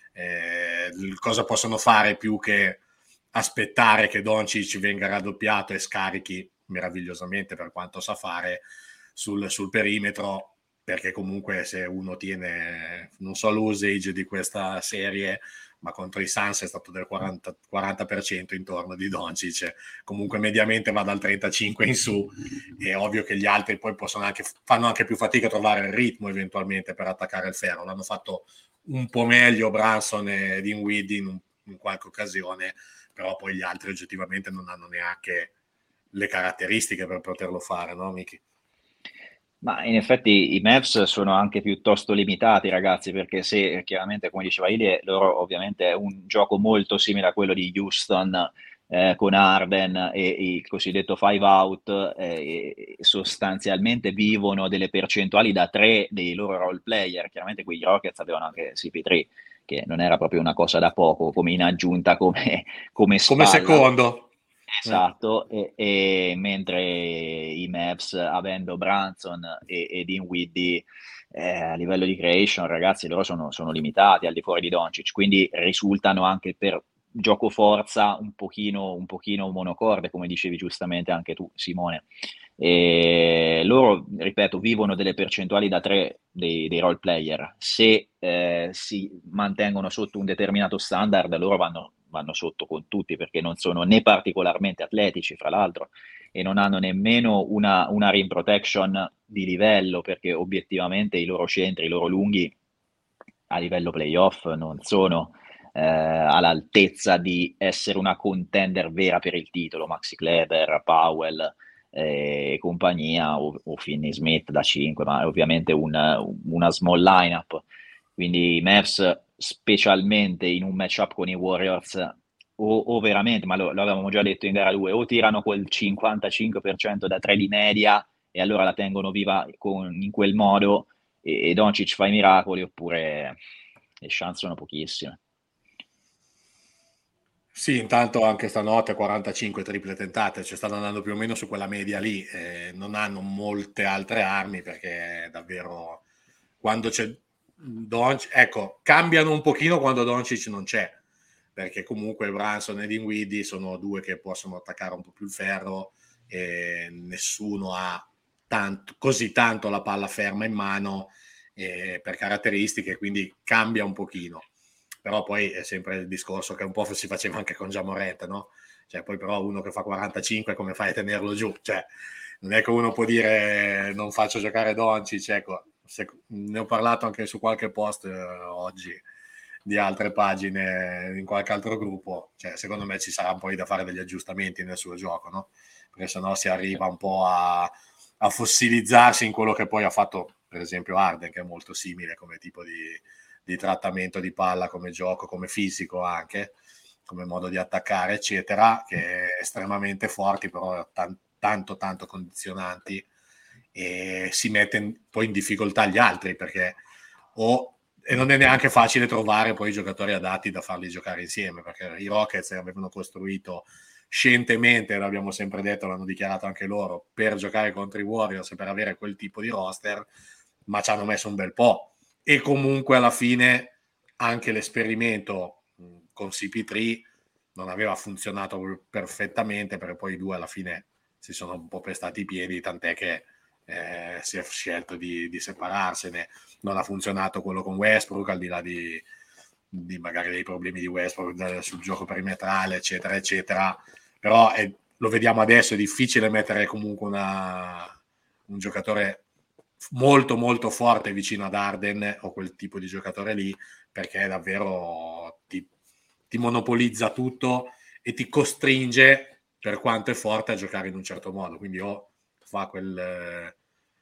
cosa possono fare più che aspettare che Doncic venga raddoppiato e scarichi meravigliosamente, per quanto sa fare, sul perimetro, perché comunque se uno tiene, non so l'usage di questa serie, ma contro i Suns è stato del 40% intorno di Doncic, comunque mediamente va dal 35 in su, è ovvio che gli altri poi fanno anche più fatica a trovare il ritmo eventualmente per attaccare il ferro. L'hanno fatto un po' meglio Brunson e Dinwiddie in qualche occasione, però poi gli altri oggettivamente non hanno neanche le caratteristiche per poterlo fare, no Miki?
Ma in effetti i Mavs sono anche piuttosto limitati, ragazzi, perché se chiaramente, come diceva Ilie, loro ovviamente è un gioco molto simile a quello di Houston, con Harden e il cosiddetto 5 out, e sostanzialmente vivono delle percentuali da 3 dei loro role player. Chiaramente quei Rockets avevano anche CP3, che non era proprio una cosa da poco, come in aggiunta come spalla.
Come secondo.
Esatto, e mentre i Mavs, avendo Brunson e Dinwiddie, a livello di creation, ragazzi, loro sono limitati al di fuori di Doncic, quindi risultano anche per gioco forza un pochino monocorde, come dicevi giustamente anche tu, Simone. E loro, ripeto, vivono delle percentuali da 3 dei role player. Se si mantengono sotto un determinato standard, loro vanno sotto con tutti, perché non sono né particolarmente atletici, fra l'altro, e non hanno nemmeno una rim protection di livello, perché obiettivamente i loro centri, i loro lunghi a livello playoff non sono all'altezza di essere una contender vera per il titolo. Maxi Kleber, Powell e compagnia, o Finney Smith da 5, ma è ovviamente una small lineup. Quindi i Mavs, specialmente in un matchup con i Warriors, o veramente, ma lo avevamo già detto in gara 2, o tirano quel 55% da 3 di media e allora la tengono viva in quel modo, e Doncic fa i miracoli, oppure le chance sono pochissime.
Sì, intanto anche stanotte 45 triple tentate, cioè stanno andando più o meno su quella media lì, non hanno molte altre armi perché davvero quando c'è Doncic, ecco, cambiano un pochino quando Doncic non c'è, perché comunque Brunson e Dinwiddie sono due che possono attaccare un po' più il ferro e nessuno ha così tanto la palla ferma in mano per caratteristiche, quindi cambia un pochino. Però poi è sempre il discorso che un po' si faceva anche con Ja Morant, no? Cioè, poi però uno che fa 45 come fai a tenerlo giù? Cioè, non è che uno può dire non faccio giocare Doncic, ecco, ne ho parlato anche su qualche post oggi di altre pagine in qualche altro gruppo, cioè secondo me ci sarà poi da fare degli aggiustamenti nel suo gioco, no? Perché sennò si arriva un po' a fossilizzarsi in quello che poi ha fatto per esempio Harden, che è molto simile come tipo di trattamento di palla, come gioco, come fisico anche, come modo di attaccare, eccetera, che è estremamente forti, però tanto condizionanti, e si mette poi in difficoltà gli altri, perché e non è neanche facile trovare poi giocatori adatti da farli giocare insieme, perché i Rockets avevano costruito scientemente, l'abbiamo sempre detto, l'hanno dichiarato anche loro, per giocare contro i Warriors e per avere quel tipo di roster, ma ci hanno messo un bel po'. E comunque alla fine anche l'esperimento con CP3 non aveva funzionato perfettamente, perché poi i due alla fine si sono un po' pestati i piedi, tant'è che si è scelto di separarsene. Non ha funzionato quello con Westbrook, al di là di magari dei problemi di Westbrook sul gioco perimetrale, eccetera, eccetera. Però lo vediamo adesso, è difficile mettere comunque un giocatore molto molto forte vicino ad Harden o quel tipo di giocatore lì, perché davvero ti monopolizza tutto e ti costringe, per quanto è forte, a giocare in un certo modo. Quindi o fa quel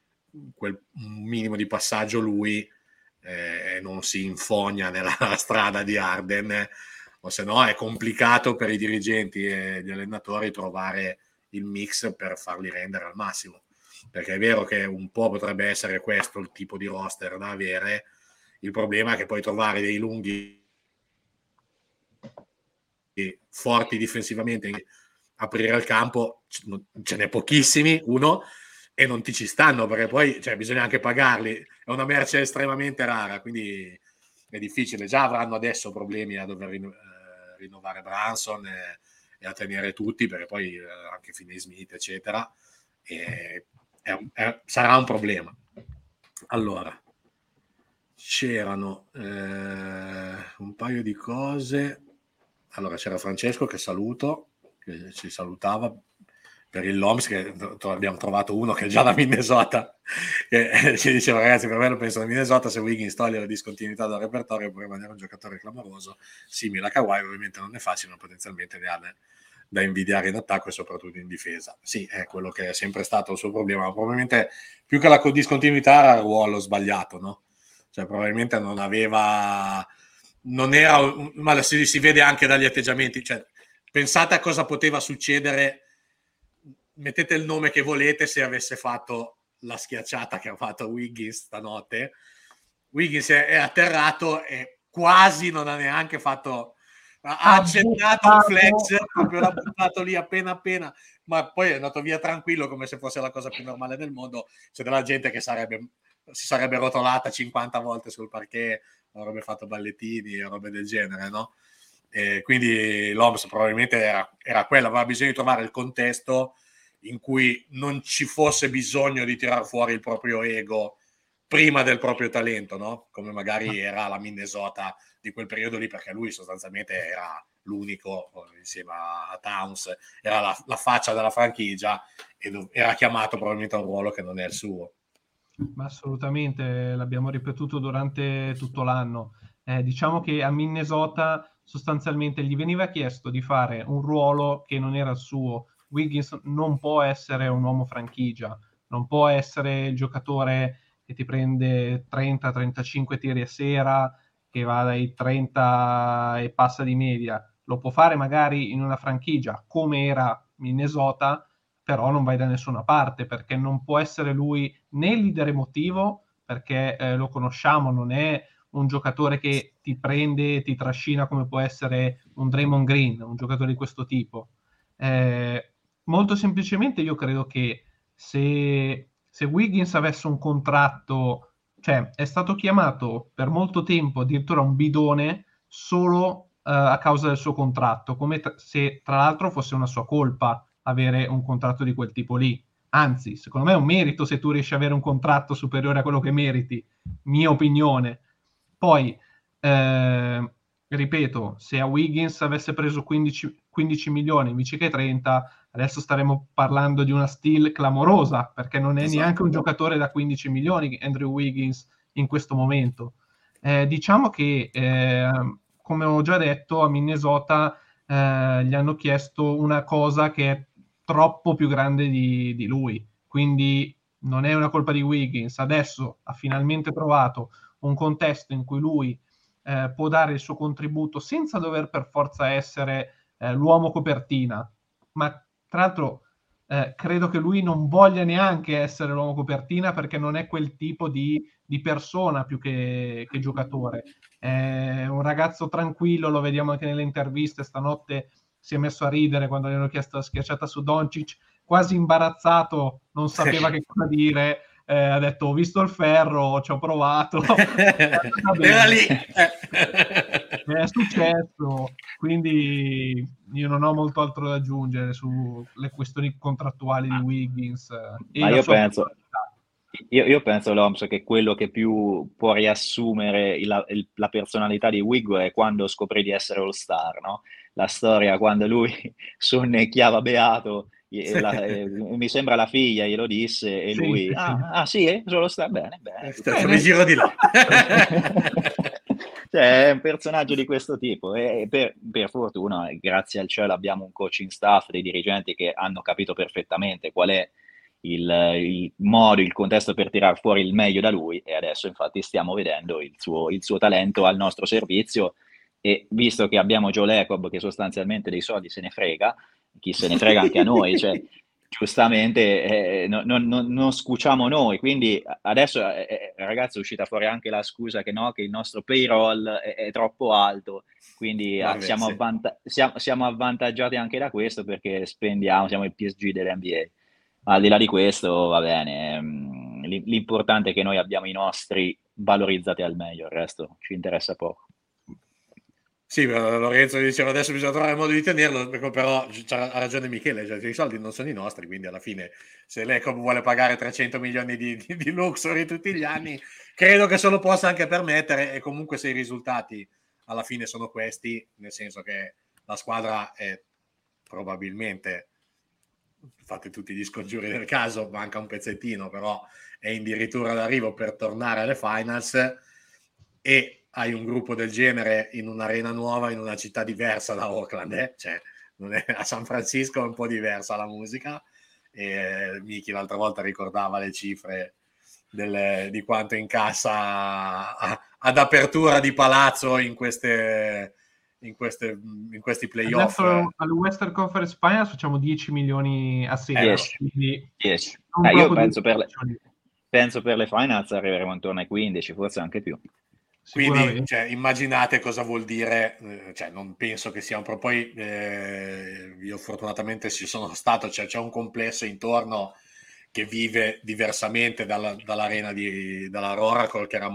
minimo di passaggio lui e non si infogna nella strada di Harden, o se no è complicato per i dirigenti e gli allenatori trovare il mix per farli rendere al massimo, perché è vero che un po' potrebbe essere questo il tipo di roster da avere. Il problema è che poi trovare dei lunghi forti difensivamente, aprire il campo, ce n'è pochissimi, uno, e non ti ci stanno, perché poi bisogna anche pagarli, è una merce estremamente rara, quindi è difficile. Già avranno adesso problemi a dover rinnovare Brunson e a tenere tutti, perché poi anche Finney Smith, eccetera, e sarà un problema. Allora, c'erano un paio di cose. Allora, c'era Francesco che saluto, che ci salutava per il LOMS, che abbiamo trovato uno che è già da Minnesota, che ci diceva: ragazzi, per me lo penso da Minnesota, se Wiggins toglie la discontinuità dal repertorio può rimanere un giocatore clamoroso, simile a Kawhi. Ovviamente non è facile, ma potenzialmente ne ha da invidiare in attacco e soprattutto in difesa. Sì, è quello che è sempre stato il suo problema, ma probabilmente più che la discontinuità era il ruolo sbagliato, no? Cioè probabilmente non era, ma si vede anche dagli atteggiamenti, cioè pensate a cosa poteva succedere, mettete il nome che volete, se avesse fatto la schiacciata che ha fatto Wiggins stanotte. Wiggins è atterrato e quasi non ha neanche fatto, ha accennato un flex, proprio l'ha buttato lì appena, ma poi è andato via tranquillo come se fosse la cosa più normale del mondo. C'è della gente che si sarebbe rotolata 50 volte sul parquet, avrebbe fatto ballettini e robe del genere, no? E quindi l'Oms probabilmente era quello, aveva bisogno di trovare il contesto in cui non ci fosse bisogno di tirar fuori il proprio ego prima del proprio talento, no? Come magari era la Minnesota di quel periodo lì, perché lui sostanzialmente era l'unico, insieme a Towns, era la faccia della franchigia e era chiamato probabilmente a un ruolo che non è il suo.
Ma assolutamente, l'abbiamo ripetuto durante tutto l'anno. Diciamo che a Minnesota sostanzialmente gli veniva chiesto di fare un ruolo che non era il suo. Wiggins non può essere un uomo franchigia, non può essere il giocatore che ti prende 30-35 tiri a sera, che va dai 30 e passa di media. Lo può fare magari in una franchigia come era Minnesota, però non vai da nessuna parte perché non può essere lui né il leader emotivo, perché lo conosciamo, non è un giocatore che ti prende e ti trascina come può essere un Draymond Green, un giocatore di questo tipo. Molto semplicemente io credo che se Wiggins avesse un contratto, cioè è stato chiamato per molto tempo addirittura un bidone solo a causa del suo contratto, come se tra l'altro fosse una sua colpa avere un contratto di quel tipo lì. Anzi, secondo me è un merito se tu riesci ad avere un contratto superiore a quello che meriti, mia opinione. Poi, ripeto, se a Wiggins avesse preso 15 milioni invece che 30, adesso staremo parlando di una steal clamorosa, perché non è neanche un giocatore da 15 milioni Andrew Wiggins in questo momento. Diciamo che, come ho già detto, a Minnesota gli hanno chiesto una cosa che è troppo più grande di lui, quindi non è una colpa di Wiggins. Adesso ha finalmente trovato un contesto in cui lui può dare il suo contributo senza dover per forza essere l'uomo copertina, ma tra l'altro credo che lui non voglia neanche essere l'uomo copertina perché non è quel tipo di persona più che giocatore. È un ragazzo tranquillo, lo vediamo anche nelle interviste, stanotte si è messo a ridere quando gli hanno chiesto la schiacciata su Doncic, quasi imbarazzato, non sapeva che cosa dire, ha detto ho visto il ferro, ci ho provato.
Era lì.
È successo, quindi io non ho molto altro da aggiungere sulle questioni contrattuali di Wiggins.
Ma io penso, Loms, che quello che più può riassumere la personalità di Wiggo è quando scoprì di essere All-Star, no? La storia quando lui sonnecchiava beato, mi sembra la figlia glielo disse e lui, sì, solo sta bene,
mi giro di là.
Cioè, è un personaggio di questo tipo e per fortuna, grazie al cielo, abbiamo un coaching staff, dei dirigenti che hanno capito perfettamente qual è il modo, il contesto per tirar fuori il meglio da lui e adesso infatti stiamo vedendo il suo talento al nostro servizio e visto che abbiamo Joe Lacob che sostanzialmente dei soldi se ne frega, chi se ne frega anche a noi, cioè giustamente non scuciamo noi, quindi adesso ragazzi è uscita fuori anche la scusa che no, che il nostro payroll è troppo alto, quindi siamo avvantaggiati anche da questo perché spendiamo, siamo il PSG dell'NBA. Al di là di questo va bene, l'importante è che noi abbiamo i nostri valorizzati al meglio, il resto ci interessa poco.
Sì, Lorenzo diceva adesso bisogna trovare il modo di tenerlo, però ha ragione Michele, cioè, i soldi non sono i nostri, quindi alla fine se l'Ecom vuole pagare 300 milioni di luxury tutti gli anni, credo che se lo possa anche permettere e comunque se i risultati alla fine sono questi, nel senso che la squadra è probabilmente, fate tutti gli scongiuri del caso, manca un pezzettino, però è addirittura d'arrivo per tornare alle finals e hai un gruppo del genere in un'arena nuova, in una città diversa da Oakland, cioè non è, a San Francisco è un po' diversa la musica e Miki l'altra volta ricordava le cifre di quanto incassa ad apertura di palazzo in questi playoff.
Adesso al Western Conference Finals facciamo 10 milioni a sera.
10. Io penso per le finals arriveremo intorno ai 15, forse anche più.
Quindi cioè, immaginate cosa vuol dire, cioè, non penso che sia un poi io fortunatamente ci sono stato, cioè, c'è un complesso intorno che vive diversamente dall'arena dalla Oracle, che era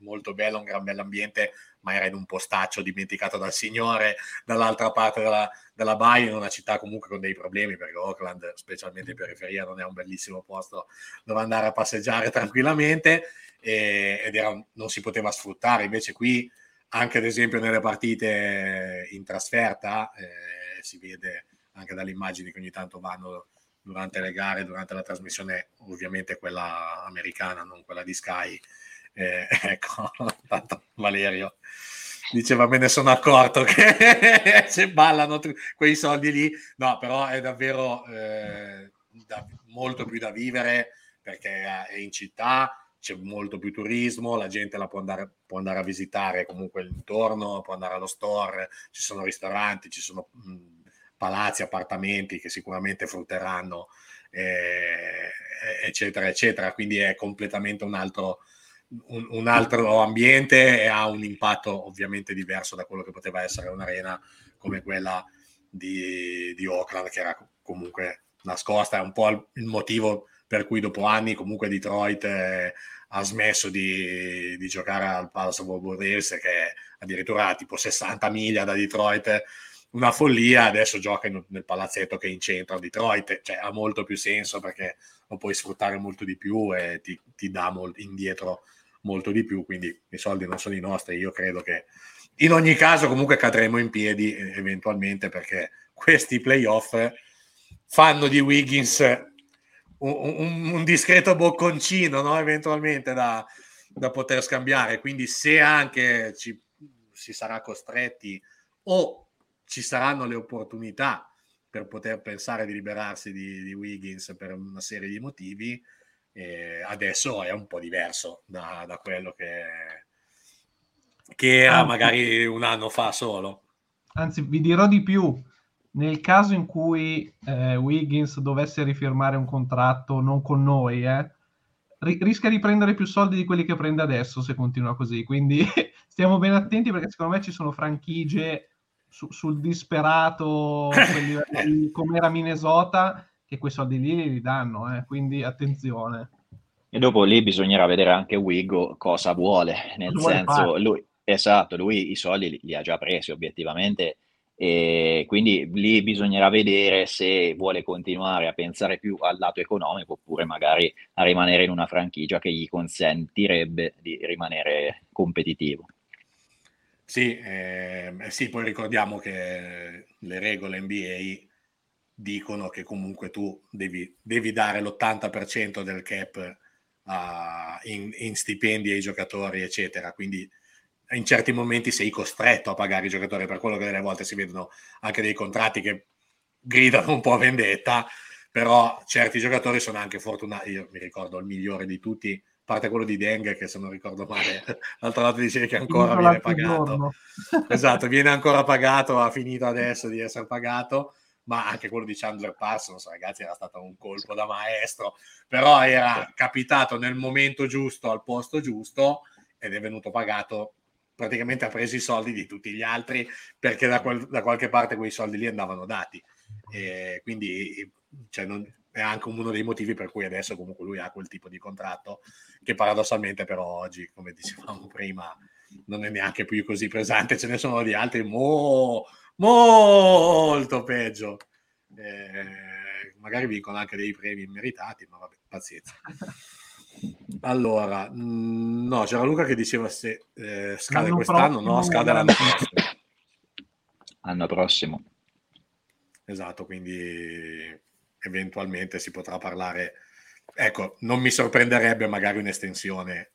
molto bello, un gran bell'ambiente, ma era in un postaccio dimenticato dal signore dall'altra parte della baia, in una città comunque con dei problemi, perché Auckland, specialmente in periferia, non è un bellissimo posto dove andare a passeggiare tranquillamente, non si poteva sfruttare. Invece qui, anche ad esempio nelle partite in trasferta, si vede anche dalle immagini che ogni tanto vanno durante le gare, durante la trasmissione, ovviamente quella americana, non quella di Sky. Ecco, tanto Valerio diceva, me ne sono accorto che se ballano quei soldi lì, no, però è davvero molto più da vivere, perché è in città, c'è molto più turismo, la gente la può andare a visitare comunque l'intorno, può andare allo store, ci sono ristoranti, ci sono palazzi, appartamenti che sicuramente frutteranno, eccetera eccetera, quindi è completamente un altro ambiente e ha un impatto ovviamente diverso da quello che poteva essere un'arena come quella di Auckland, che era comunque nascosta. È un po' il motivo per cui dopo anni comunque Detroit ha smesso di giocare al Palace of War Hills, che addirittura ha tipo 60 miglia da Detroit, una follia. Adesso gioca nel palazzetto che è in centro a Detroit, cioè ha molto più senso, perché lo puoi sfruttare molto di più e ti dà indietro molto di più, quindi i soldi non sono i nostri. Io credo che in ogni caso comunque cadremo in piedi eventualmente, perché questi playoff fanno di Wiggins un discreto bocconcino, no? Eventualmente da poter scambiare, quindi se anche si sarà costretti o ci saranno le opportunità per poter pensare di liberarsi di Wiggins per una serie di motivi, adesso è un po' diverso da quello che era magari un anno fa solo.
Anzi, vi dirò di più. Nel caso in cui Wiggins dovesse rifirmare un contratto non con noi, rischia di prendere più soldi di quelli che prende adesso se continua così. Quindi stiamo ben attenti, perché secondo me ci sono franchigie sul disperato, come era Minnesota, che quei soldi lì li danno. Quindi attenzione.
E dopo lì bisognerà vedere anche Wiggo cosa vuole, nel senso, lui i soldi li ha già presi obiettivamente, e quindi lì bisognerà vedere se vuole continuare a pensare più al lato economico, oppure magari a rimanere in una franchigia che gli consentirebbe di rimanere competitivo.
Sì, sì, poi ricordiamo che le regole NBA dicono che comunque tu devi dare l'80% del cap in stipendi ai giocatori, eccetera. Quindi in certi momenti sei costretto a pagare i giocatori, per quello che delle volte si vedono anche dei contratti che gridano un po' vendetta, però certi giocatori sono anche fortunati. Io mi ricordo il migliore di tutti, a parte quello di Deng, che se non ricordo male l'altro lato dicevi che ancora viene pagato. Esatto, viene ancora pagato, ha finito adesso di essere pagato, ma anche quello di Chandler Parsons, ragazzi, era stato un colpo da maestro, però era capitato nel momento giusto, al posto giusto, ed è venuto pagato. Praticamente ha preso i soldi di tutti gli altri, perché da qualche parte quei soldi lì andavano dati, e quindi è anche uno dei motivi per cui adesso comunque lui ha quel tipo di contratto, che paradossalmente però oggi, come dicevamo prima, non è neanche più così pesante. Ce ne sono di altri molto peggio, magari vincono anche dei premi immeritati, ma vabbè, pazienza. Allora, no, c'era Luca che diceva se scade quest'anno, no, scade l'anno prossimo.
Anno prossimo.
Esatto, quindi eventualmente si potrà parlare. Ecco, non mi sorprenderebbe magari un'estensione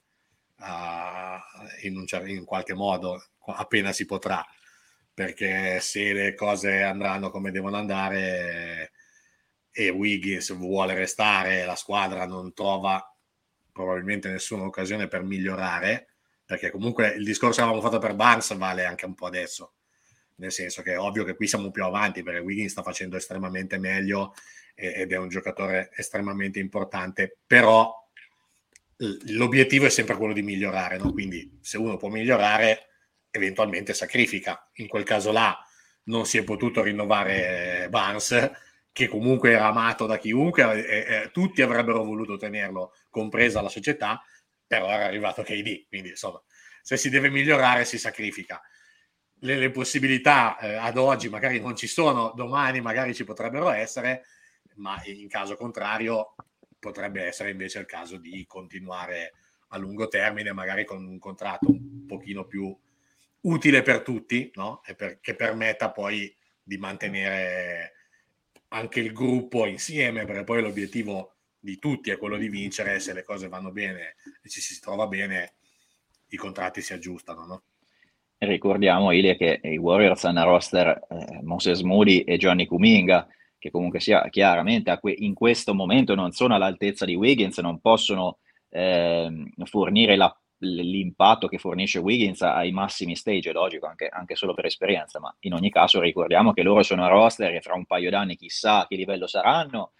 in qualche modo, appena si potrà, perché se le cose andranno come devono andare e Wiggins vuole restare, la squadra non trova probabilmente nessuna occasione per migliorare, perché comunque il discorso che avevamo fatto per Barnes vale anche un po' adesso, nel senso che è ovvio che qui siamo più avanti, perché Wiggins sta facendo estremamente meglio ed è un giocatore estremamente importante, però l'obiettivo è sempre quello di migliorare, no? Quindi se uno può migliorare, eventualmente sacrifica. In quel caso là non si è potuto rinnovare Barnes, che comunque era amato da chiunque, tutti avrebbero voluto tenerlo, compresa la società, però era arrivato KD, quindi insomma, se si deve migliorare si sacrifica. Le possibilità ad oggi magari non ci sono, domani magari ci potrebbero essere, ma in caso contrario potrebbe essere invece il caso di continuare a lungo termine, magari con un contratto un pochino più utile per tutti, no? Che permetta poi di mantenere anche il gruppo insieme, perché poi l'obiettivo di tutti è quello di vincere. Se le cose vanno bene e ci si trova bene, i contratti si aggiustano, no?
Ricordiamo, Ile, che i Warriors hanno a roster Moses Moody e Johnny Kuminga, che comunque sia chiaramente in questo momento non sono all'altezza di Wiggins, non possono fornire l'impatto che fornisce Wiggins ai massimi stage, è logico, anche solo per esperienza, ma in ogni caso ricordiamo che loro sono a roster e fra un paio d'anni chissà a che livello saranno.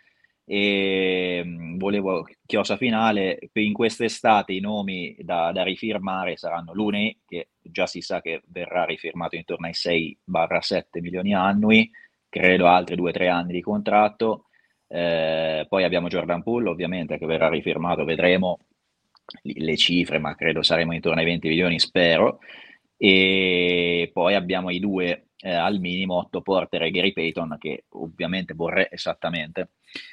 E volevo, chiosa finale, in quest'estate i nomi da rifirmare saranno Looney, che già si sa che verrà rifirmato intorno ai 6-7 milioni annui, credo altri 2-3 anni di contratto. Poi abbiamo Jordan Poole, ovviamente, che verrà rifirmato, vedremo le cifre, ma credo saremo intorno ai 20 milioni, spero. E poi abbiamo i due al minimo, Otto Porter e Gary Payton, che ovviamente vorrei esattamente.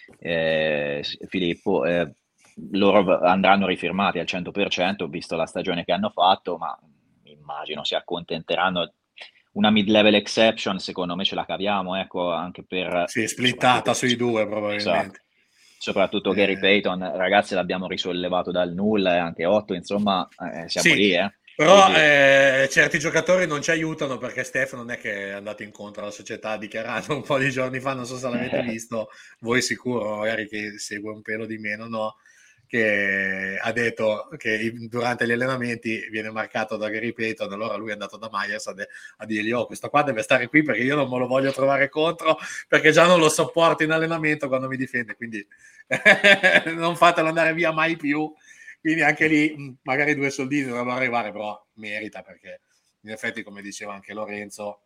Filippo, loro andranno rifirmati al 100%, visto la stagione che hanno fatto, ma immagino si accontenteranno. Una mid-level exception, secondo me ce la caviamo, ecco, anche per...
Sì, splittata sui due probabilmente.
Esatto. Soprattutto Gary Payton, ragazzi, l'abbiamo risollevato dal nulla, e anche Otto, insomma, siamo
sì,
lì,
però
quindi...
certi giocatori non ci aiutano, perché Steph non è che è andato incontro alla società dichiarando un po' di giorni fa, non so se l'avete visto, voi sicuro, magari che segue un pelo di meno, no? Che ha detto che durante gli allenamenti viene marcato da Gary Payton, allora lui è andato da Myers a dirgli: oh, questo qua deve stare qui perché io non me lo voglio trovare contro, perché già non lo sopporto in allenamento quando mi difende, quindi non fatelo andare via mai più. Quindi anche lì magari 2 soldini dovrebbero arrivare, però merita, perché in effetti, come diceva anche Lorenzo,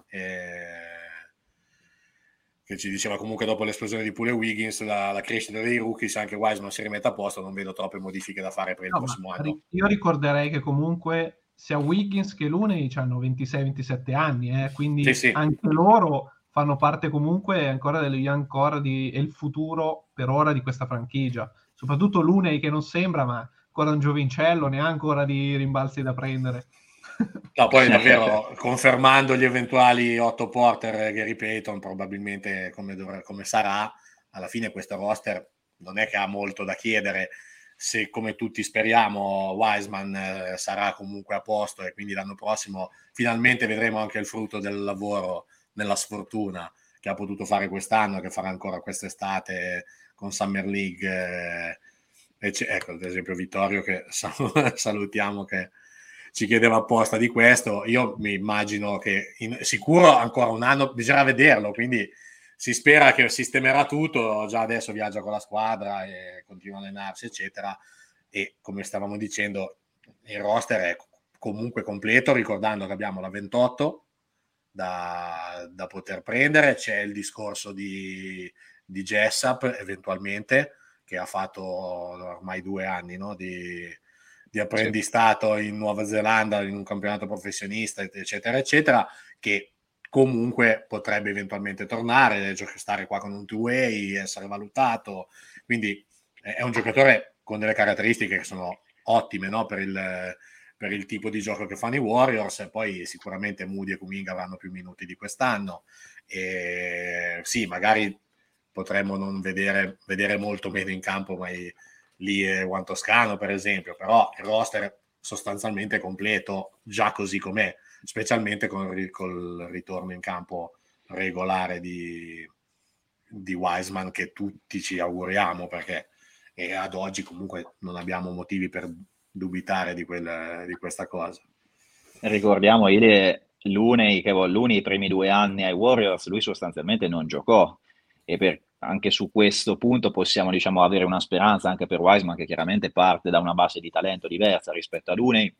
che ci diceva comunque dopo l'esplosione di Poole e Wiggins, la crescita dei rookie, se anche Wiseman si rimette a posto, non vedo troppe modifiche da fare per il prossimo anno.
Io ricorderei che comunque sia Wiggins che Looney hanno 26-27 anni, quindi sì. Anche loro fanno parte comunque ancora delle young core e il futuro per ora di questa franchigia. Soprattutto Looney, che non sembra, ma ancora un giovincello, ne ha ancora di rimbalzi da prendere.
No, poi davvero, confermando gli eventuali Otto Porter e Gary Payton, probabilmente come sarà, alla fine questo roster non è che ha molto da chiedere. Se, come tutti speriamo, Wiseman sarà comunque a posto e quindi l'anno prossimo finalmente vedremo anche il frutto del lavoro nella sfortuna che ha potuto fare quest'anno, che farà ancora quest'estate con Summer League. Ecco, ad esempio Vittorio, che salutiamo, che ci chiedeva apposta di questo. Io mi immagino che sicuro ancora un anno, bisogna vederlo, quindi si spera che sistemerà tutto. Già adesso viaggia con la squadra e continua a allenarsi, eccetera, e come stavamo dicendo il roster è comunque completo, ricordando che abbiamo la 28 da poter prendere. C'è il discorso di Jessup eventualmente, che ha fatto ormai 2 anni, no? di apprendistato in Nuova Zelanda in un campionato professionista, eccetera eccetera, che comunque potrebbe eventualmente tornare, stare qua con un two-way, essere valutato. Quindi è un giocatore con delle caratteristiche che sono ottime, no? per il tipo di gioco che fanno i Warriors. E poi sicuramente Moody e Kuminga avranno più minuti di quest'anno, e sì, magari potremmo non vedere molto meno in campo, ma lì è Juan Toscano per esempio, però il roster è sostanzialmente completo già così com'è, specialmente col ritorno in campo regolare di Wiseman, che tutti ci auguriamo, perché ad oggi comunque non abbiamo motivi per dubitare di questa cosa.
Ricordiamo Looney i primi 2 anni ai Warriors, lui sostanzialmente non giocò, e anche su questo punto possiamo, diciamo, avere una speranza anche per Wiseman, che chiaramente parte da una base di talento diversa rispetto a Looney,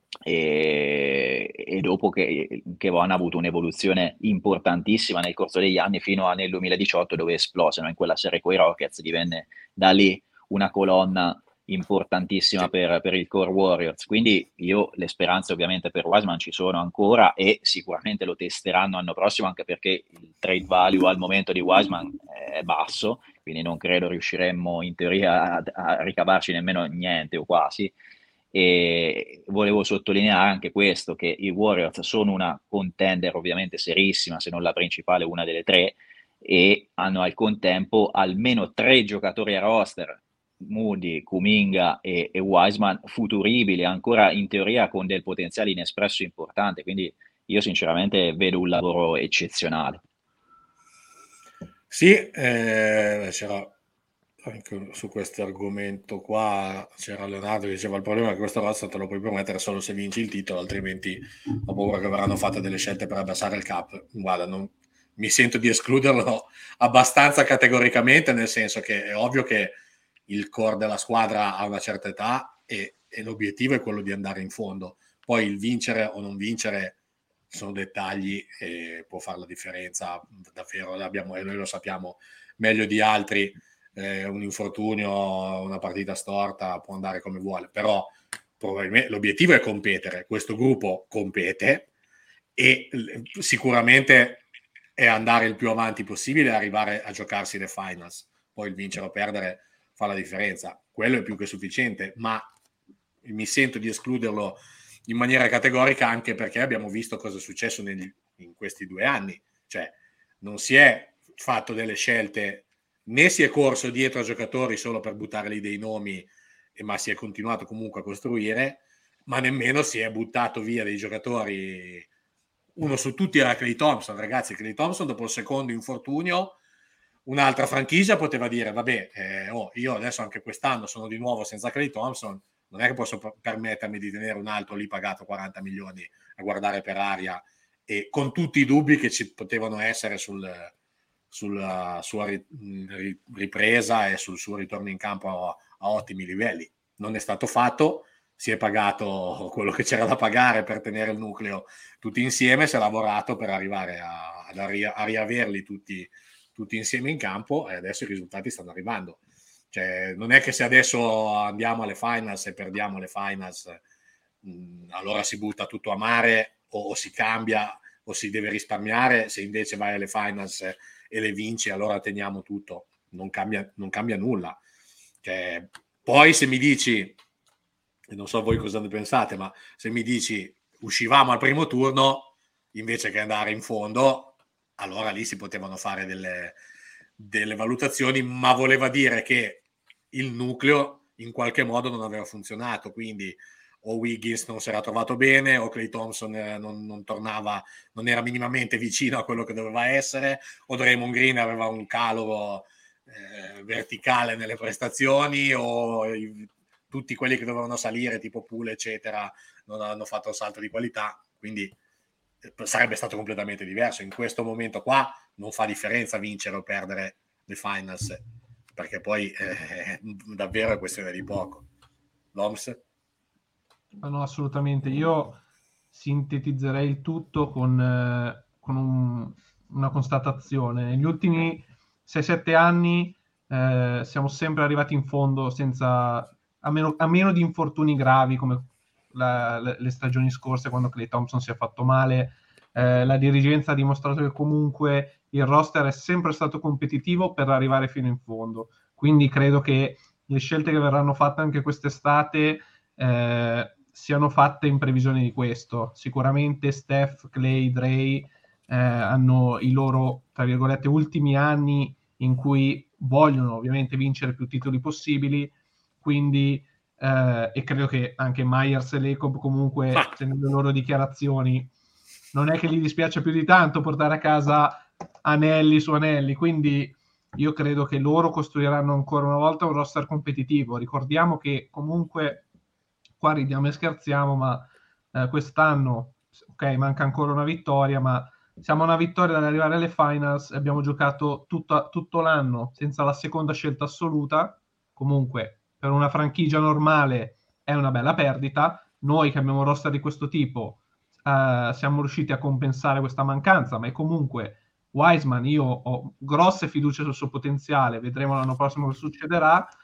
e dopo che hanno avuto un'evoluzione importantissima nel corso degli anni fino nel 2018, dove esplosero in quella serie con i Rockets, divenne da lì una colonna importantissima per il core Warriors, quindi io le speranze ovviamente per Wiseman ci sono ancora e sicuramente lo testeranno l'anno prossimo, anche perché il trade value al momento di Wiseman è basso, quindi non credo riusciremmo in teoria a ricavarci nemmeno niente o quasi. E volevo sottolineare anche questo, che i Warriors sono una contender ovviamente serissima, se non la principale, una delle tre, e hanno al contempo almeno 3 giocatori a roster, Moody, Kuminga e Wiseman, futuribili, ancora in teoria con del potenziale inespresso importante, quindi io sinceramente vedo un lavoro eccezionale.
Sì, c'era anche su questo argomento qua, c'era Leonardo che diceva il problema è che questo roster te lo puoi permettere solo se vinci il titolo, altrimenti ho paura che verranno fatte delle scelte per abbassare il cap. Guarda, mi sento di escluderlo abbastanza categoricamente, nel senso che è ovvio che il core della squadra ha una certa età e l'obiettivo è quello di andare in fondo. Poi il vincere o non vincere sono dettagli e può fare la differenza davvero, e noi lo sappiamo meglio di altri. Un infortunio, una partita storta può andare come vuole, però probabilmente l'obiettivo è competere. Questo gruppo compete e sicuramente è andare il più avanti possibile e arrivare a giocarsi le finals. Poi il vincere o perdere fa la differenza, quello è più che sufficiente, ma mi sento di escluderlo in maniera categorica, anche perché abbiamo visto cosa è successo in questi 2 anni, cioè non si è fatto delle scelte, né si è corso dietro a giocatori solo per buttare lì dei nomi, ma si è continuato comunque a costruire, ma nemmeno si è buttato via dei giocatori. Uno su tutti era Klay Thompson, ragazzi. Klay Thompson dopo il secondo infortunio, un'altra franchigia poteva dire vabbè, io adesso anche quest'anno sono di nuovo senza Klay Thompson, non è che posso permettermi di tenere un altro lì pagato 40 milioni a guardare per aria, e con tutti i dubbi che ci potevano essere sulla sua ripresa e sul suo ritorno in campo a ottimi livelli. Non è stato fatto, si è pagato quello che c'era da pagare per tenere il nucleo tutti insieme, si è lavorato per arrivare a riaverli tutti insieme in campo, e adesso i risultati stanno arrivando. Cioè, non è che se adesso andiamo alle finals e perdiamo le finals, allora si butta tutto a mare o si cambia o si deve risparmiare. Se invece vai alle finals e le vinci, allora teniamo tutto. Non cambia nulla. Cioè, poi se mi dici, non so voi cosa ne pensate, ma se mi dici uscivamo al primo turno invece che andare in fondo, allora lì si potevano fare delle valutazioni, ma voleva dire che il nucleo in qualche modo non aveva funzionato, quindi o Wiggins non si era trovato bene, o Klay Thompson non tornava, non era minimamente vicino a quello che doveva essere, o Draymond Green aveva un calo verticale nelle prestazioni, o tutti quelli che dovevano salire tipo Poole eccetera non hanno fatto il salto di qualità, quindi sarebbe stato completamente diverso. In questo momento qua non fa differenza vincere o perdere le finals, perché poi davvero è questione di poco. Loms?
No, assolutamente. Io sintetizzerei il tutto con una constatazione. Negli ultimi 6-7 anni siamo sempre arrivati in fondo senza, a meno di infortuni gravi come le stagioni scorse, quando Klay Thompson si è fatto male. La dirigenza ha dimostrato che comunque il roster è sempre stato competitivo per arrivare fino in fondo. Quindi credo che le scelte che verranno fatte anche quest'estate siano fatte in previsione di questo. Sicuramente Steph, Klay, Dre hanno i loro, tra virgolette, ultimi anni in cui vogliono ovviamente vincere più titoli possibili, quindi e credo che anche Myers e Lacob comunque, tenendo le loro dichiarazioni, non è che gli dispiace più di tanto portare a casa anelli su anelli, quindi io credo che loro costruiranno ancora una volta un roster competitivo. Ricordiamo che comunque, qua ridiamo e scherziamo, ma quest'anno, ok, manca ancora una vittoria, ma siamo a una vittoria dall'arrivare alle finals e abbiamo giocato tutto l'anno senza la seconda scelta assoluta. Comunque, per una franchigia normale è una bella perdita. Noi che abbiamo un roster di questo tipo siamo riusciti a compensare questa mancanza, ma è comunque Wiseman, io ho grosse fiducie sul suo potenziale, vedremo l'anno prossimo che succederà,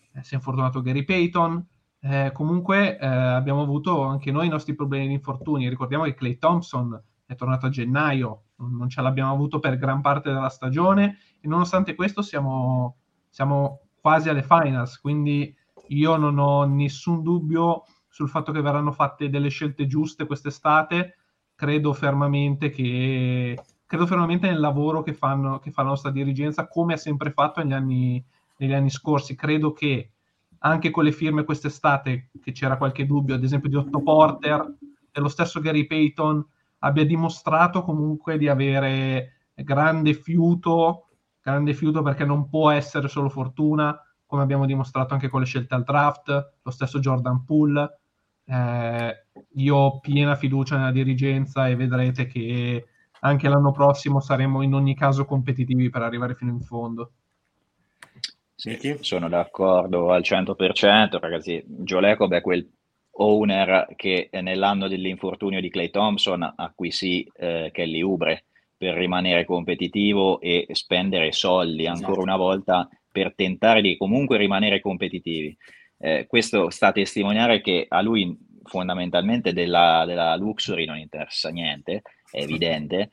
si è infortunato Gary Payton, comunque abbiamo avuto anche noi i nostri problemi di infortuni. Ricordiamo che Klay Thompson è tornato a gennaio, non ce l'abbiamo avuto per gran parte della stagione, e nonostante questo siamo quasi alle finals, quindi io non ho nessun dubbio sul fatto che verranno fatte delle scelte giuste quest'estate. Credo fermamente nel lavoro che fa la nostra dirigenza, come ha sempre fatto negli anni scorsi. Credo che anche con le firme quest'estate, che c'era qualche dubbio, ad esempio di Otto Porter e lo stesso Gary Payton, abbia dimostrato comunque di avere grande fiuto, perché non può essere solo fortuna, come abbiamo dimostrato anche con le scelte al draft, lo stesso Jordan Poole. Io ho piena fiducia nella dirigenza e vedrete che anche l'anno prossimo saremo in ogni caso competitivi per arrivare fino in fondo.
Sì, sono d'accordo al 100%, ragazzi. Joe Lacob è quel owner che nell'anno dell'infortunio di Klay Thompson acquisì Kelly Oubre per rimanere competitivo e spendere soldi ancora una volta per tentare di comunque rimanere competitivi. Questo sta a testimoniare che a lui fondamentalmente della luxury non interessa niente, è evidente.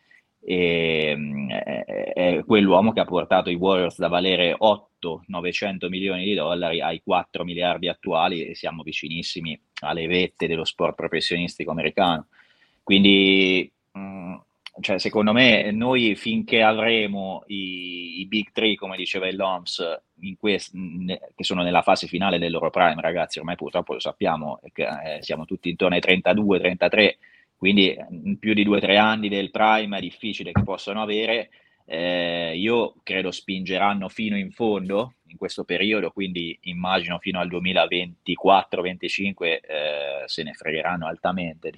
È quell'uomo che ha portato i Warriors da valere 800-900 milioni di dollari ai 4 miliardi attuali, e siamo vicinissimi alle vette dello sport professionistico americano. Quindi cioè, secondo me noi finché avremo i Big Three, come diceva il Loms, che sono nella fase finale del loro prime, ragazzi, ormai purtroppo lo sappiamo, che siamo tutti intorno ai 32-33, quindi in più di 2-3 anni del prime è difficile che possano avere. Io credo spingeranno fino in fondo in questo periodo, quindi immagino fino al 2024-25 se ne fregheranno altamente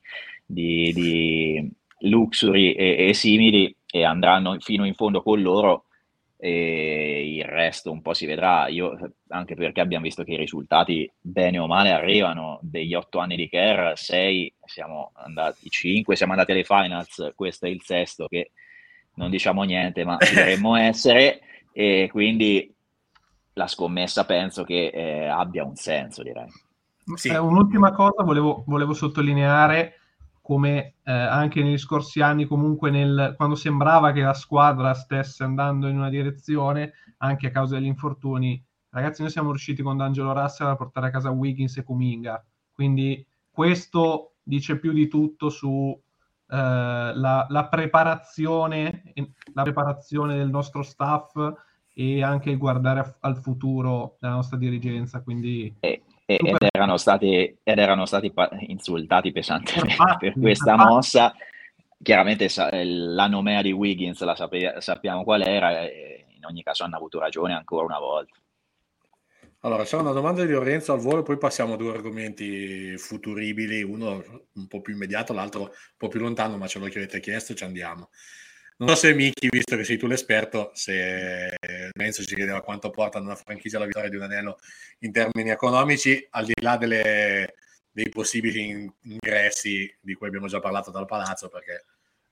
di luxury e simili, e andranno fino in fondo con loro, e il resto un po' si vedrà. Anche perché abbiamo visto che i risultati bene o male arrivano. Degli 8 anni di Kerr, 6 siamo andati, 5 siamo andati alle finals, questo è il sesto, che non diciamo niente ma ci dovremmo essere, e quindi la scommessa penso che abbia un senso, direi.
Sì. Un'ultima cosa volevo sottolineare, come anche negli scorsi anni, comunque quando sembrava che la squadra stesse andando in una direzione, anche a causa degli infortuni, ragazzi, noi siamo riusciti con D'Angelo Russell a portare a casa Wiggins e Kuminga, quindi questo dice più di tutto su la preparazione del nostro staff, e anche il guardare al futuro della nostra dirigenza. Quindi
ed erano stati insultati pesantemente per questa mossa. Chiaramente la nomea di Wiggins sappiamo qual era, e in ogni caso hanno avuto ragione ancora una volta.
Allora, c'è una domanda di Lorenzo al volo, poi passiamo a 2 argomenti futuribili, uno un po' più immediato, l'altro un po' più lontano, ma ce lo avete chiesto e ci andiamo. Non so se Miki, visto che sei tu l'esperto, se Lorenzo ci chiedeva quanto porta una franchigia alla vittoria di un anello in termini economici, al di là dei possibili ingressi di cui abbiamo già parlato dal Palazzo, perché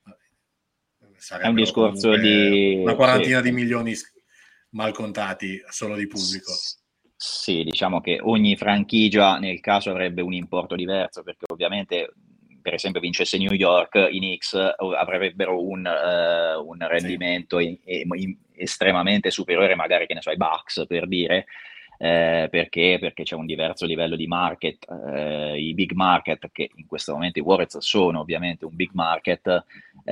è un discorso di
una quarantina di milioni mal contati solo di pubblico.
Sì, diciamo che ogni franchigia nel caso avrebbe un importo diverso, perché ovviamente, per esempio, vincesse New York, i Knicks avrebbero un rendimento estremamente superiore magari, che ne so, ai Bucks, per dire, perché c'è un diverso livello di market, i big market, che in questo momento i Warriors sono ovviamente un big market,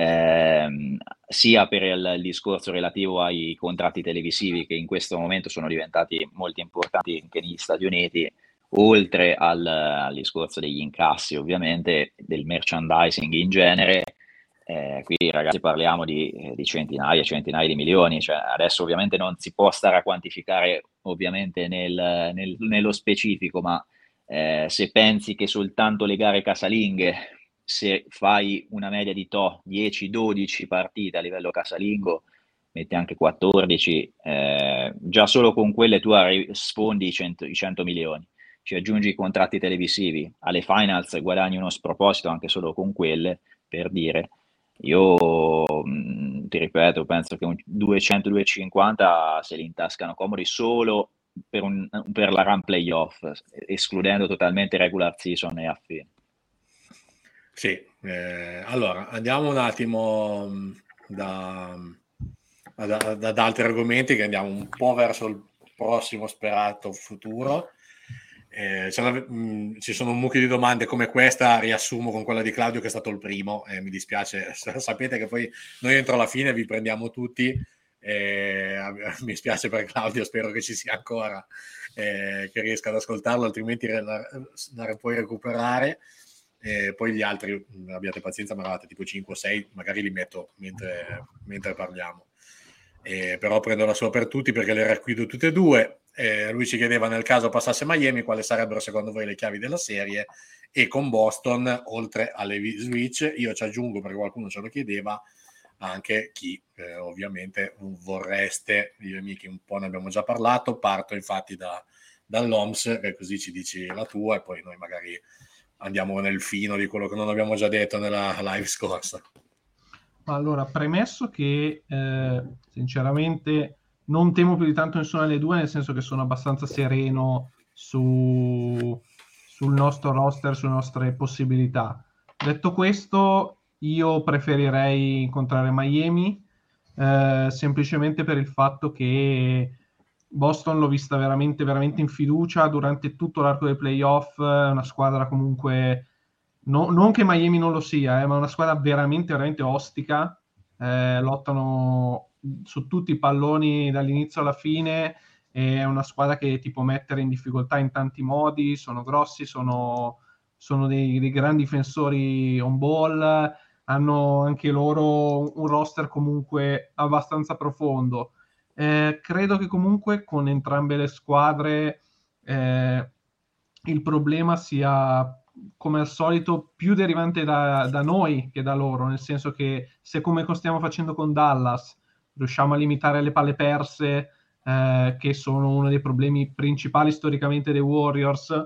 sia per il discorso relativo ai contratti televisivi, che in questo momento sono diventati molto importanti anche negli Stati Uniti, oltre al discorso degli incassi, ovviamente, del merchandising in genere. Qui, ragazzi, parliamo di centinaia e centinaia di milioni. Cioè, adesso ovviamente non si può stare a quantificare ovviamente nello specifico, ma se pensi che soltanto le gare casalinghe, se fai una media di 10-12 partite a livello casalingo, metti anche 14, già solo con quelle tu sfondi i 100 milioni. Ci aggiungi i contratti televisivi, alle finals guadagni uno sproposito anche solo con quelle, per dire. Io ti ripeto, penso che un 200-250 se li intascano comodi solo per la run playoff, escludendo totalmente regular season e affini.
Sì, allora andiamo un attimo ad altri argomenti, che andiamo un po' verso il prossimo sperato futuro. Ci sono un mucchio di domande come questa, riassumo con quella di Claudio che è stato il primo, mi dispiace, sapete che poi noi entro alla fine vi prendiamo tutti, mi spiace per Claudio, spero che ci sia ancora, che riesca ad ascoltarlo, altrimenti la puoi recuperare. Poi gli altri, abbiate pazienza, ma eravate tipo 5 o 6, magari li metto mentre parliamo. Però prendo la sua per tutti perché le racchiudo tutte e due. Lui ci chiedeva, nel caso passasse Miami, quali sarebbero secondo voi le chiavi della serie, e con Boston, oltre alle switch, io ci aggiungo, perché qualcuno ce lo chiedeva, anche chi ovviamente vorreste. Io e Miki un po' ne abbiamo già parlato, parto infatti dall'OMS, che così ci dici la tua e poi noi magari andiamo nel fino di quello che non abbiamo già detto nella live scorsa.
Allora, premesso che sinceramente non temo più di tanto nessuna delle due, nel senso che sono abbastanza sereno sul nostro roster, sulle nostre possibilità. Detto questo, io preferirei incontrare Miami, semplicemente per il fatto che Boston l'ho vista veramente, veramente in fiducia durante tutto l'arco dei playoff, una squadra comunque, non che Miami non lo sia, ma una squadra veramente, veramente ostica, lottano su tutti i palloni dall'inizio alla fine, è una squadra che ti può mettere in difficoltà in tanti modi, sono grossi, sono dei grandi difensori on ball, hanno anche loro un roster comunque abbastanza profondo. Credo che comunque con entrambe le squadre il problema sia, come al solito, più derivante da noi che da loro, nel senso che se, come stiamo facendo con Dallas, riusciamo a limitare le palle perse, che sono uno dei problemi principali storicamente dei Warriors,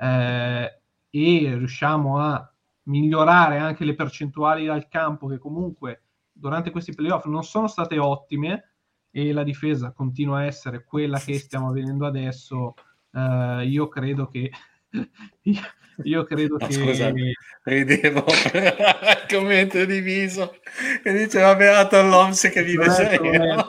e riusciamo a migliorare anche le percentuali dal campo, che comunque durante questi playoff non sono state ottime, e la difesa continua a essere quella che stiamo vedendo adesso, io credo che io credo che
Scusa, ridevo il commento diviso e diceva beato all'Oms che vive sereno.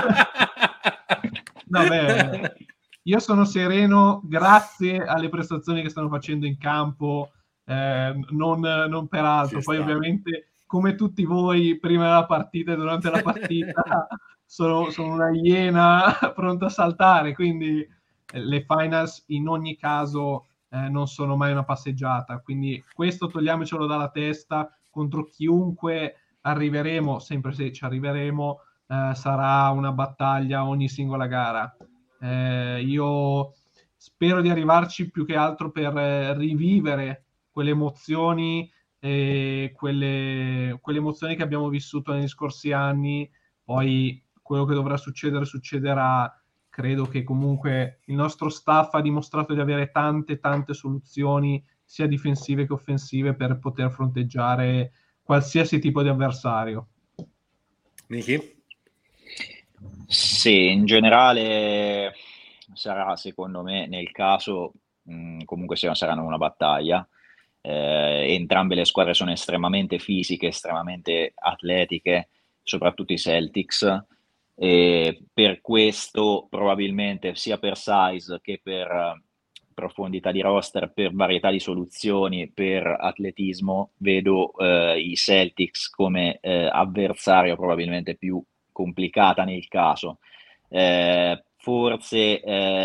Vabbè, io sono sereno grazie alle prestazioni che stanno facendo in campo, non per altro. Poi ovviamente, come tutti voi, prima della partita e durante la partita sono una iena pronta a saltare, quindi le finals in ogni caso non sono mai una passeggiata, quindi questo togliamocelo dalla testa. Contro chiunque arriveremo, sempre se ci arriveremo, sarà una battaglia ogni singola gara. Io spero di arrivarci più che altro per rivivere quelle emozioni, quelle emozioni che abbiamo vissuto negli scorsi anni. Poi quello che dovrà succedere succederà. Credo che comunque il nostro staff ha dimostrato di avere tante soluzioni, sia difensive che offensive, per poter fronteggiare qualsiasi tipo di avversario.
Miki?
Sì, in generale sarà, secondo me, nel caso, comunque saranno una battaglia. Entrambe le squadre sono estremamente fisiche, estremamente atletiche, soprattutto i Celtics, e per questo probabilmente sia per size che per profondità di roster, per varietà di soluzioni, per atletismo, vedo i Celtics come avversario probabilmente più complicata nel caso. Forse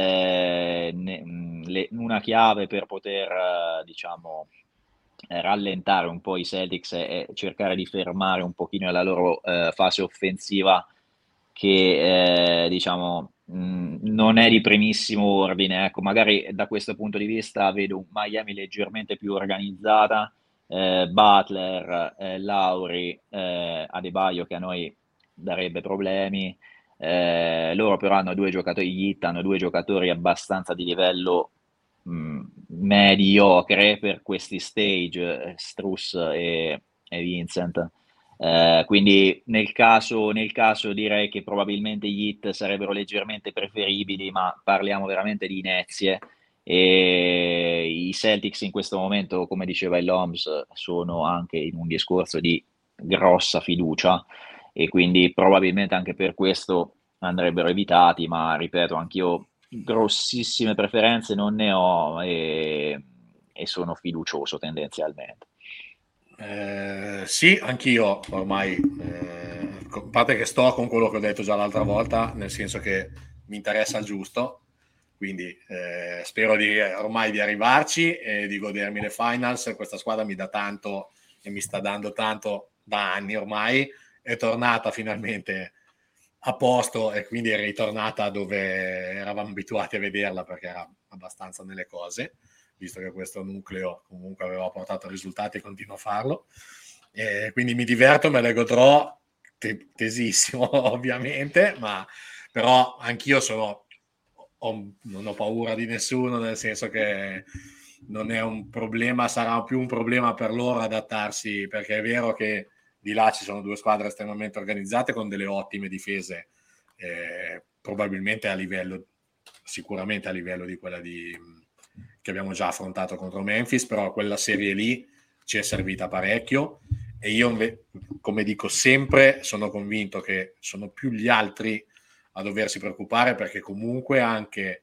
una chiave per poter, diciamo, rallentare un po' i Celtics e cercare di fermare un pochino la loro fase offensiva, che diciamo non è di primissimo ordine. Ecco, magari da questo punto di vista vedo un Miami leggermente più organizzata, Butler, Lauri, Adebayo, che a noi darebbe problemi. Loro però hanno due giocatori, gli Heat hanno due giocatori abbastanza di livello mediocre per questi stage, Strus e Vincent. Quindi nel caso direi che probabilmente gli Heat sarebbero leggermente preferibili, ma parliamo veramente di inezie. E i Celtics in questo momento, come diceva il Homs, sono anche in un discorso di grossa fiducia e quindi probabilmente anche per questo andrebbero evitati, ma ripeto, anch'io grossissime preferenze non ne ho e sono fiducioso tendenzialmente.
Sì, anch'io ormai, a parte che sto con quello che ho detto già l'altra volta, nel senso che mi interessa il giusto, quindi spero ormai di arrivarci e di godermi le finals. Questa squadra mi dà tanto e mi sta dando tanto da anni ormai, è tornata finalmente a posto e quindi è ritornata dove eravamo abituati a vederla perché era abbastanza nelle cose, visto che questo nucleo comunque aveva portato risultati e continua a farlo. Quindi mi diverto, me le godrò tesissimo ovviamente, ma però anch'io non ho paura di nessuno, nel senso che non è un problema, sarà più un problema per loro adattarsi, perché è vero che di là ci sono due squadre estremamente organizzate con delle ottime difese, probabilmente sicuramente a livello di quella che abbiamo già affrontato contro Memphis, però quella serie lì ci è servita parecchio e io, come dico sempre, sono convinto che sono più gli altri a doversi preoccupare, perché comunque anche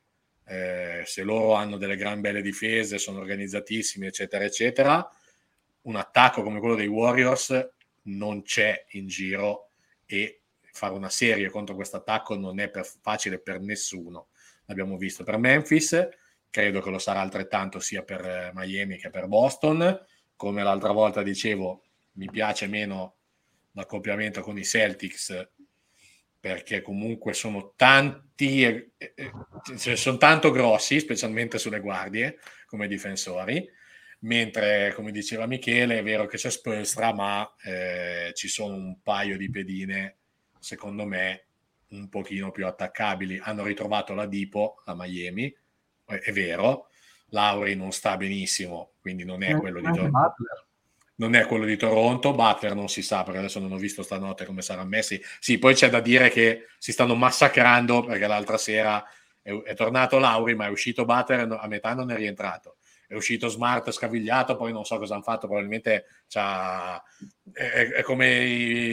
se loro hanno delle gran belle difese, sono organizzatissimi, eccetera, eccetera, un attacco come quello dei Warriors non c'è in giro e fare una serie contro questo attacco non è facile per nessuno. L'abbiamo visto per Memphis, credo che lo sarà altrettanto sia per Miami che per Boston. Come l'altra volta dicevo, mi piace meno l'accoppiamento con i Celtics perché comunque sono tanti, sono tanto grossi, specialmente sulle guardie come difensori, mentre come diceva Michele è vero che c'è Spoelstra, ma ci sono un paio di pedine secondo me un pochino più attaccabili. Hanno ritrovato la Dipo a Miami, è vero, Lauri non sta benissimo, quindi non è quello di Toronto. Non è quello di Toronto, Butler non si sa perché adesso non ho visto stanotte come sarà messi. Sì, poi c'è da dire che si stanno massacrando perché l'altra sera è tornato Lauri, ma è uscito Butler, a metà non è rientrato. È uscito Smart scavigliato, poi non so cosa hanno fatto, probabilmente è come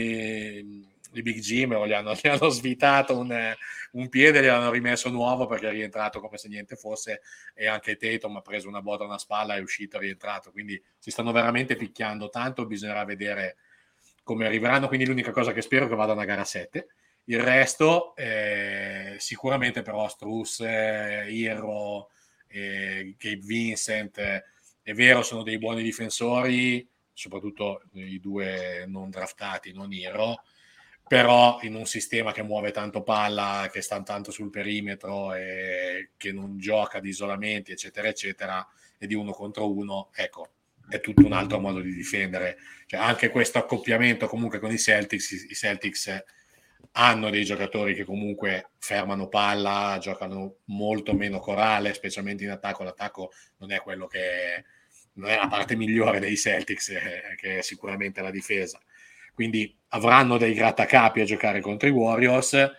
i Big Jim, gli hanno svitato un piede, gli hanno rimesso nuovo perché è rientrato come se niente fosse, e anche Tatum ha preso una botta a una spalla, è uscito, è rientrato, quindi si stanno veramente picchiando tanto, bisognerà vedere come arriveranno, quindi l'unica cosa che spero è che vada una gara 7. Il resto sicuramente però Strus, Irro, Gabe Vincent, è vero, sono dei buoni difensori, soprattutto i due non draftati, non Irro, però in un sistema che muove tanto palla, che sta tanto sul perimetro e che non gioca di isolamenti, eccetera, eccetera, e di uno contro uno, ecco, è tutto un altro modo di difendere. Cioè, anche questo accoppiamento comunque con i Celtics hanno dei giocatori che comunque fermano palla, giocano molto meno corale, specialmente in attacco. L'attacco non è quello non è la parte migliore dei Celtics, che è sicuramente la difesa. Quindi avranno dei grattacapi a giocare contro i Warriors.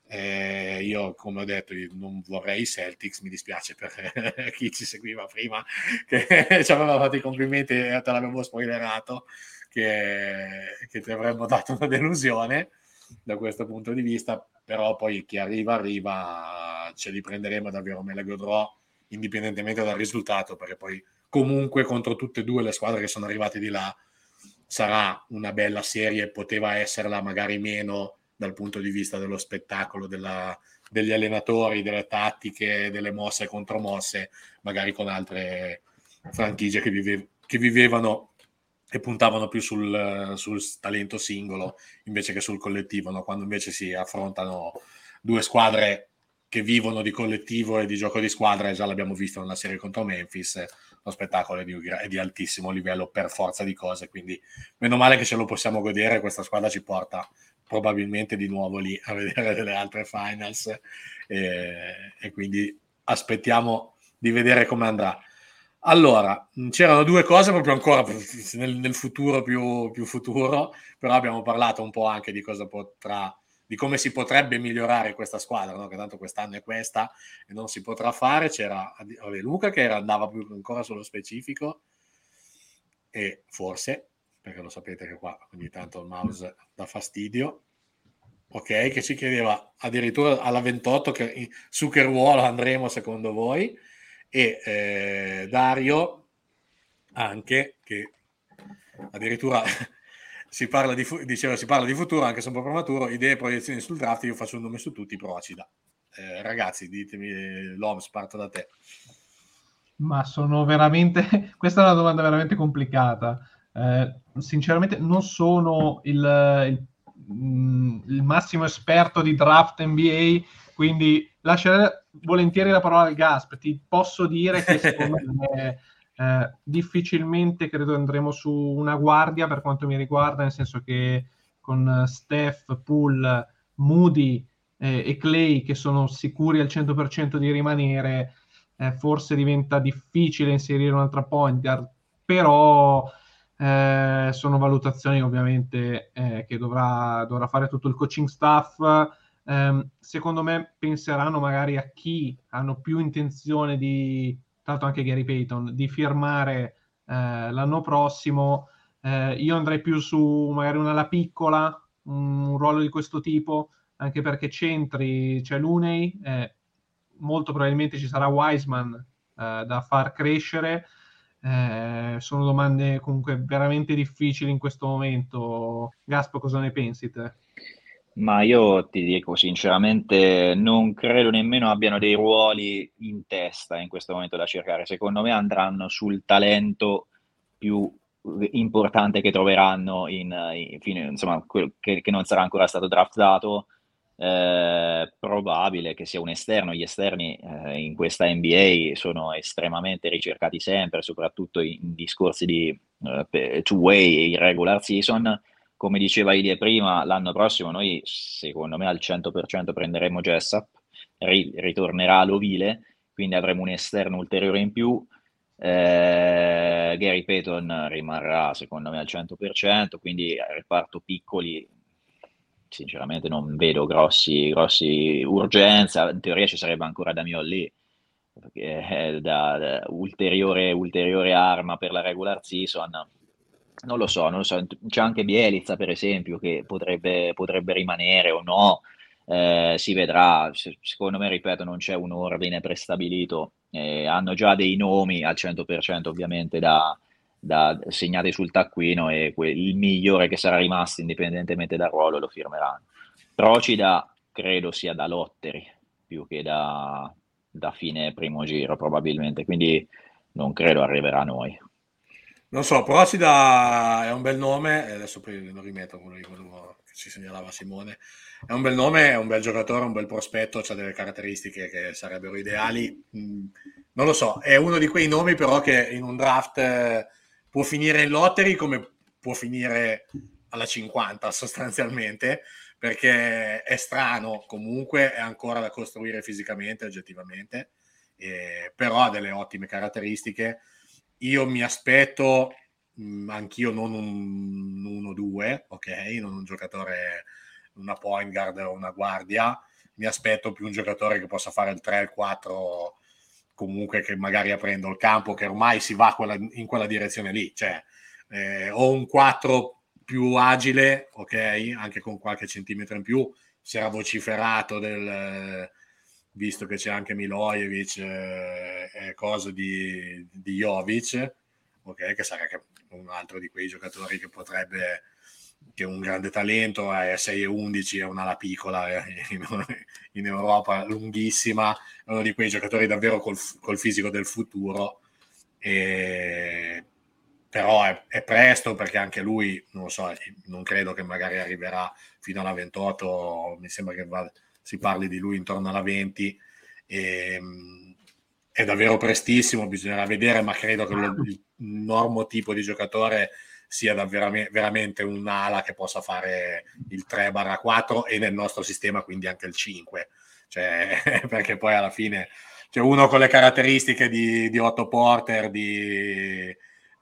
Io, come ho detto, non vorrei i Celtics, mi dispiace per chi ci seguiva prima, che ci aveva fatto i complimenti e te l'avevo spoilerato, che ti avremmo dato una delusione da questo punto di vista, però poi chi arriva, ce li prenderemo davvero, me le godrò indipendentemente dal risultato, perché poi comunque contro tutte e due le squadre che sono arrivate di là sarà una bella serie, poteva esserla magari meno dal punto di vista dello spettacolo, degli allenatori, delle tattiche, delle mosse e contromosse, magari con altre franchigie che vivevano e puntavano più sul talento singolo invece che sul collettivo, no? Quando invece si affrontano due squadre che vivono di collettivo e di gioco di squadra, e già l'abbiamo visto nella serie contro Memphis, lo spettacolo è di altissimo livello per forza di cose, quindi meno male che ce lo possiamo godere, questa squadra ci porta probabilmente di nuovo lì a vedere delle altre finals e quindi aspettiamo di vedere come andrà. Allora, c'erano due cose proprio ancora nel futuro più futuro, però abbiamo parlato un po' anche di cosa di come si potrebbe migliorare questa squadra, no? Che tanto quest'anno è questa e non si potrà fare. C'era Luca che andava più ancora sullo specifico, e forse, perché lo sapete che qua ogni tanto il mouse dà fastidio, ok, che ci chiedeva addirittura alla 28 su che ruolo andremo secondo voi, e Dario anche, che addirittura si parla di futuro, anche se un po' prematuro, idee e proiezioni sul draft. Io faccio un nome su tutti, Procida. Ragazzi, ditemi, Loms, parto da te.
Ma sono veramente... Questa è una domanda veramente complicata. Sinceramente non sono il massimo esperto di draft NBA, quindi lascerei volentieri la parola al Gasp. Ti posso dire che secondo me difficilmente credo andremo su una guardia per quanto mi riguarda, nel senso che con Steph, Poole, Moody e Clay, che sono sicuri al 100% di rimanere, forse diventa difficile inserire un'altra point guard, però sono valutazioni ovviamente che dovrà fare tutto il coaching staff. Secondo me penseranno magari a chi hanno più intenzione di, tanto anche Gary Payton, di firmare l'anno prossimo. Io andrei più su magari un'ala piccola, un ruolo di questo tipo, anche perché centri c'è Looney, molto probabilmente ci sarà Wiseman da far crescere. Sono domande comunque veramente difficili in questo momento. Gaspo, cosa ne pensi te?
Ma io ti dico sinceramente, non credo nemmeno abbiano dei ruoli in testa in questo momento da cercare. Secondo me andranno sul talento più importante che troveranno insomma, che non sarà ancora stato draftato. Probabile che sia un esterno. Gli esterni in questa NBA sono estremamente ricercati sempre, soprattutto in discorsi di two-way in regular season. Come diceva Ilie prima, l'anno prossimo noi secondo me al 100% prenderemo Jessup, ritornerà all'ovile, quindi avremo un esterno ulteriore in più. Gary Payton rimarrà secondo me al 100%, quindi reparto piccoli sinceramente non vedo grossi urgenze. In teoria ci sarebbe ancora Damian Lee, perché è da ulteriore arma per la regular season. Non lo so. C'è anche Bielizza, per esempio, che potrebbe rimanere o no. Si vedrà. Secondo me, ripeto, non c'è un ordine prestabilito. Hanno già dei nomi al 100% ovviamente da segnati sul taccuino, e il migliore che sarà rimasto, indipendentemente dal ruolo, lo firmeranno. Procida credo sia da lottery più che da fine primo giro, probabilmente, quindi non credo arriverà a noi.
Non so, Procida è un bel nome, e adesso poi lo rimetto quello che ci segnalava Simone. È un bel nome, è un bel giocatore, un bel prospetto, ha delle caratteristiche che sarebbero ideali. Non lo so, è uno di quei nomi però che in un draft può finire in lottery come può finire alla 50 sostanzialmente, perché è strano, comunque è ancora da costruire fisicamente, oggettivamente, però ha delle ottime caratteristiche. Io mi aspetto anch'io non un 1-2, ok? Non un giocatore, una point guard o una guardia. Mi aspetto più un giocatore che possa fare il 3, il 4, comunque che magari aprendo il campo, che ormai si va in quella direzione lì. Cioè, o un 4 più agile, ok? Anche con qualche centimetro in più. Si era vociferato visto che c'è anche Milojevic, cosa di Jovic, ok, che sarà un altro di quei giocatori che potrebbe, che un grande talento, è 6'11", è un'ala piccola, in Europa lunghissima, è uno di quei giocatori davvero col fisico del futuro, però è presto, perché anche lui, non lo so, non credo che magari arriverà fino alla 28, mi sembra che si parli di lui intorno alla 20, è davvero prestissimo, bisognerà vedere, ma credo che il normotipo di giocatore sia veramente un'ala che possa fare il 3/4 e nel nostro sistema quindi anche il 5, cioè, perché poi alla fine c'è uno con le caratteristiche di Otto Porter, di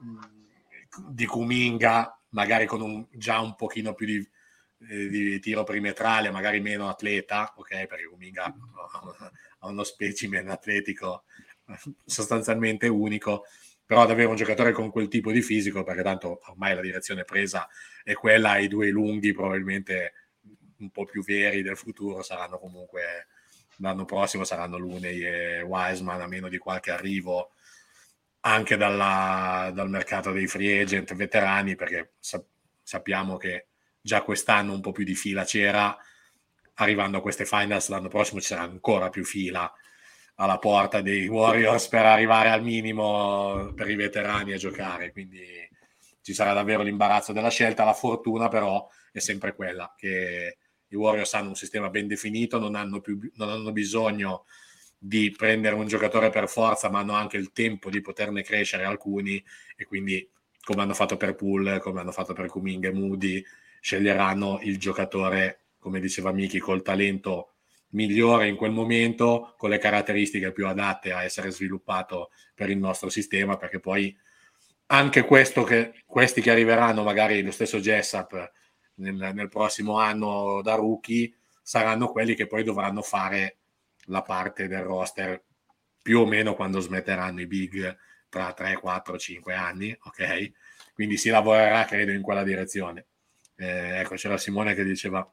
Kuminga, magari con già un pochino più di tiro perimetrale, magari meno atleta, ok, perché Kuminga ha uno specimen atletico sostanzialmente unico, però ad avere un giocatore con quel tipo di fisico, perché tanto ormai la direzione presa è quella, i due lunghi probabilmente un po' più veri del futuro saranno comunque l'anno prossimo, saranno Looney e Wiseman, a meno di qualche arrivo anche dal mercato dei free agent veterani, perché sappiamo che già quest'anno un po' più di fila c'era, arrivando a queste finals l'anno prossimo ci sarà ancora più fila alla porta dei Warriors per arrivare al minimo per i veterani a giocare, quindi ci sarà davvero l'imbarazzo della scelta. La fortuna però è sempre quella che i Warriors hanno un sistema ben definito, non hanno bisogno di prendere un giocatore per forza, ma hanno anche il tempo di poterne crescere alcuni, e quindi, come hanno fatto per Poole, come hanno fatto per Kuminga e Moody, sceglieranno il giocatore, come diceva Miki, col talento migliore in quel momento, con le caratteristiche più adatte a essere sviluppato per il nostro sistema, perché poi anche questi che arriveranno, magari lo stesso Jessup nel prossimo anno da rookie, saranno quelli che poi dovranno fare la parte del roster più o meno quando smetteranno i big tra 3, 4, 5 anni, ok? Quindi si lavorerà, credo, in quella direzione. Ecco, c'era Simone che diceva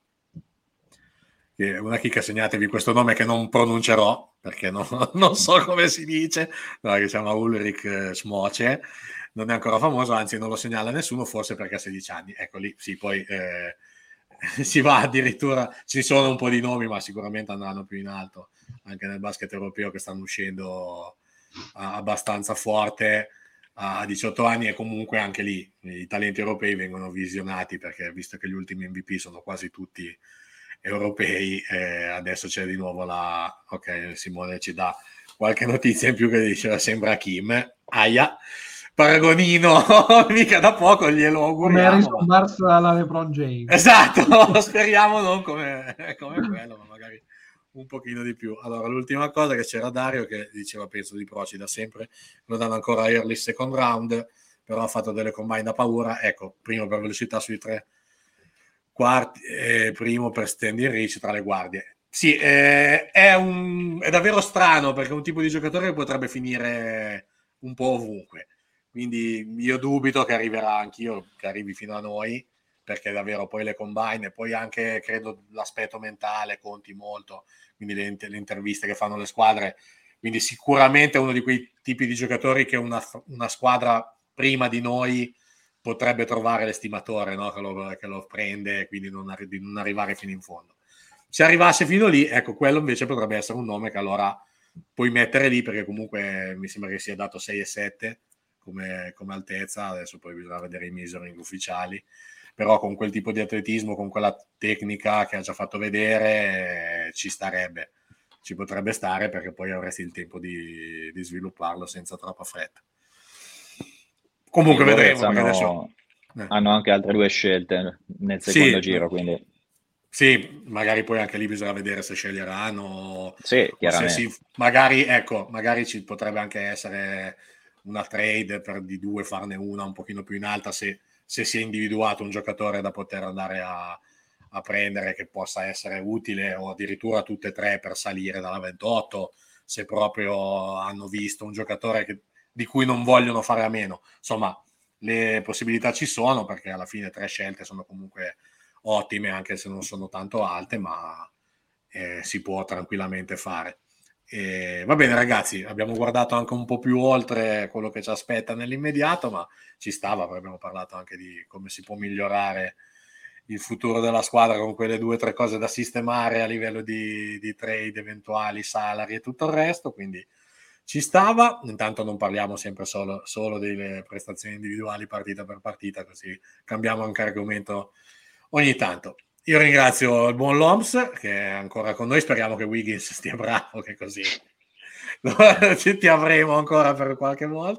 che una chicca, segnatevi questo nome che non pronuncerò perché non so come si dice, no, che si chiama Ulrich Smoce, non è ancora famoso, anzi non lo segnala nessuno, forse perché ha 16 anni. Ecco lì, sì, poi si va addirittura, ci sono un po' di nomi, ma sicuramente andranno più in alto anche nel basket europeo, che stanno uscendo abbastanza forte a 18 anni, e comunque anche lì i talenti europei vengono visionati, perché visto che gli ultimi MVP sono quasi tutti europei, adesso c'è di nuovo ok, Simone ci dà qualche notizia in più che dice sembra Kim, aia, paragonino mica da poco, glielo auguriamo.
Come Harrison Barnes alla LeBron James.
Esatto, speriamo non come quello, ma magari un pochino di più. Allora, l'ultima cosa, che c'era Dario che diceva, penso di Procida sempre, lo danno ancora early second round, però ha fatto delle combine da paura. Ecco, primo per velocità sui 3 quarti, primo per standing reach tra le guardie. Sì, è davvero strano, perché è un tipo di giocatore che potrebbe finire un po' ovunque, quindi io dubito che arriverà, anch'io che arrivi fino a noi, perché davvero poi le combine e poi anche credo l'aspetto mentale conti molto, quindi le interviste che fanno le squadre, quindi sicuramente è uno di quei tipi di giocatori che una squadra prima di noi potrebbe trovare l'estimatore, no? che lo prende, quindi di non arrivare fino in fondo. Se arrivasse fino lì, ecco, quello invece potrebbe essere un nome che allora puoi mettere lì, perché comunque mi sembra che sia dato 6 e 7 come altezza, adesso poi bisogna vedere i measuring ufficiali, però con quel tipo di atletismo, con quella tecnica che ha già fatto vedere, ci potrebbe stare, perché poi avresti il tempo di svilupparlo senza troppa fretta. Comunque vedremo, perché adesso
hanno anche altre 2 scelte nel secondo giro, quindi
sì, magari poi anche lì bisogna vedere se sceglieranno,
sì, chiaramente.
magari ci potrebbe anche essere una trade per di 2 farne una un pochino più in alta, se si è individuato un giocatore da poter andare a prendere, che possa essere utile, o addirittura tutte e 3 per salire dalla 28, se proprio hanno visto un giocatore di cui non vogliono fare a meno. Insomma, le possibilità ci sono, perché alla fine 3 scelte sono comunque ottime, anche se non sono tanto alte, ma si può tranquillamente fare. Va bene ragazzi, abbiamo guardato anche un po' più oltre quello che ci aspetta nell'immediato, ma ci stava, abbiamo parlato anche di come si può migliorare il futuro della squadra con quelle 2 o 3 cose da sistemare a livello di trade eventuali, salari e tutto il resto, quindi ci stava. Intanto non parliamo sempre solo delle prestazioni individuali partita per partita, così cambiamo anche argomento ogni tanto. Io ringrazio il buon Loms che è ancora con noi, speriamo che Wiggins stia bravo, che così ti avremo ancora per qualche volta.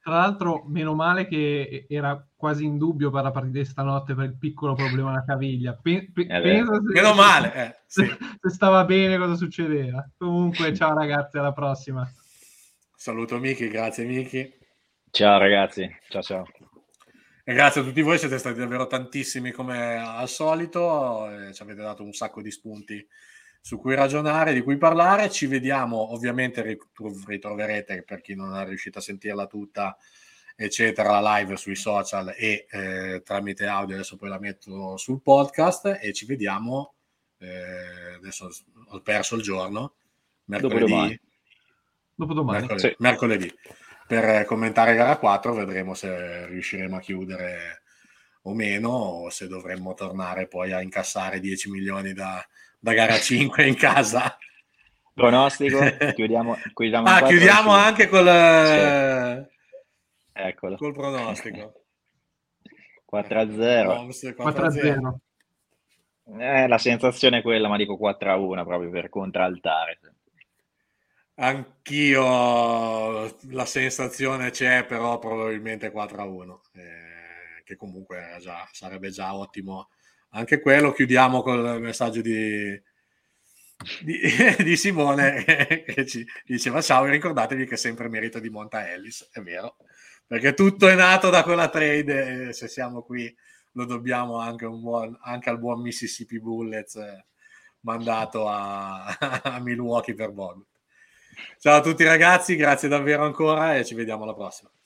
Tra l'altro, meno male che era quasi in dubbio per la partita di stanotte per il piccolo problema alla caviglia. Pensa
meno male, sì.
se stava bene cosa succedeva. Comunque, ciao ragazzi, alla prossima.
Saluto Miki, grazie Miki.
Ciao ragazzi, ciao.
E grazie a tutti voi, siete stati davvero tantissimi come al solito, ci avete dato un sacco di spunti su cui ragionare, di cui parlare. Ci vediamo, ovviamente ritroverete, per chi non è riuscito a sentirla tutta, eccetera, la live sui social e tramite audio, adesso poi la metto sul podcast, e ci vediamo, adesso ho perso il giorno, mercoledì.
Dopodomani.
Mercoledì, per commentare gara 4, vedremo se riusciremo a chiudere o meno, o se dovremmo tornare poi a incassare 10 milioni da gara 5 in casa.
Pronostico? Chiudiamo
chiudiamo anche
Eccolo.
Col pronostico.
4-0.
4-0.
La sensazione è quella, ma dico 4-1 proprio per contraltare.
Anch'io la sensazione c'è, però probabilmente 4-1, che comunque sarebbe già ottimo. Anche quello. Chiudiamo col messaggio di Simone che ci diceva: ciao, e ricordatevi che è sempre merito di Monta Ellis. È vero, perché tutto è nato da quella trade, e se siamo qui lo dobbiamo anche al buon Mississippi Bullets, mandato a Milwaukee per Bogut. Ciao a tutti ragazzi, grazie davvero ancora e ci vediamo alla prossima.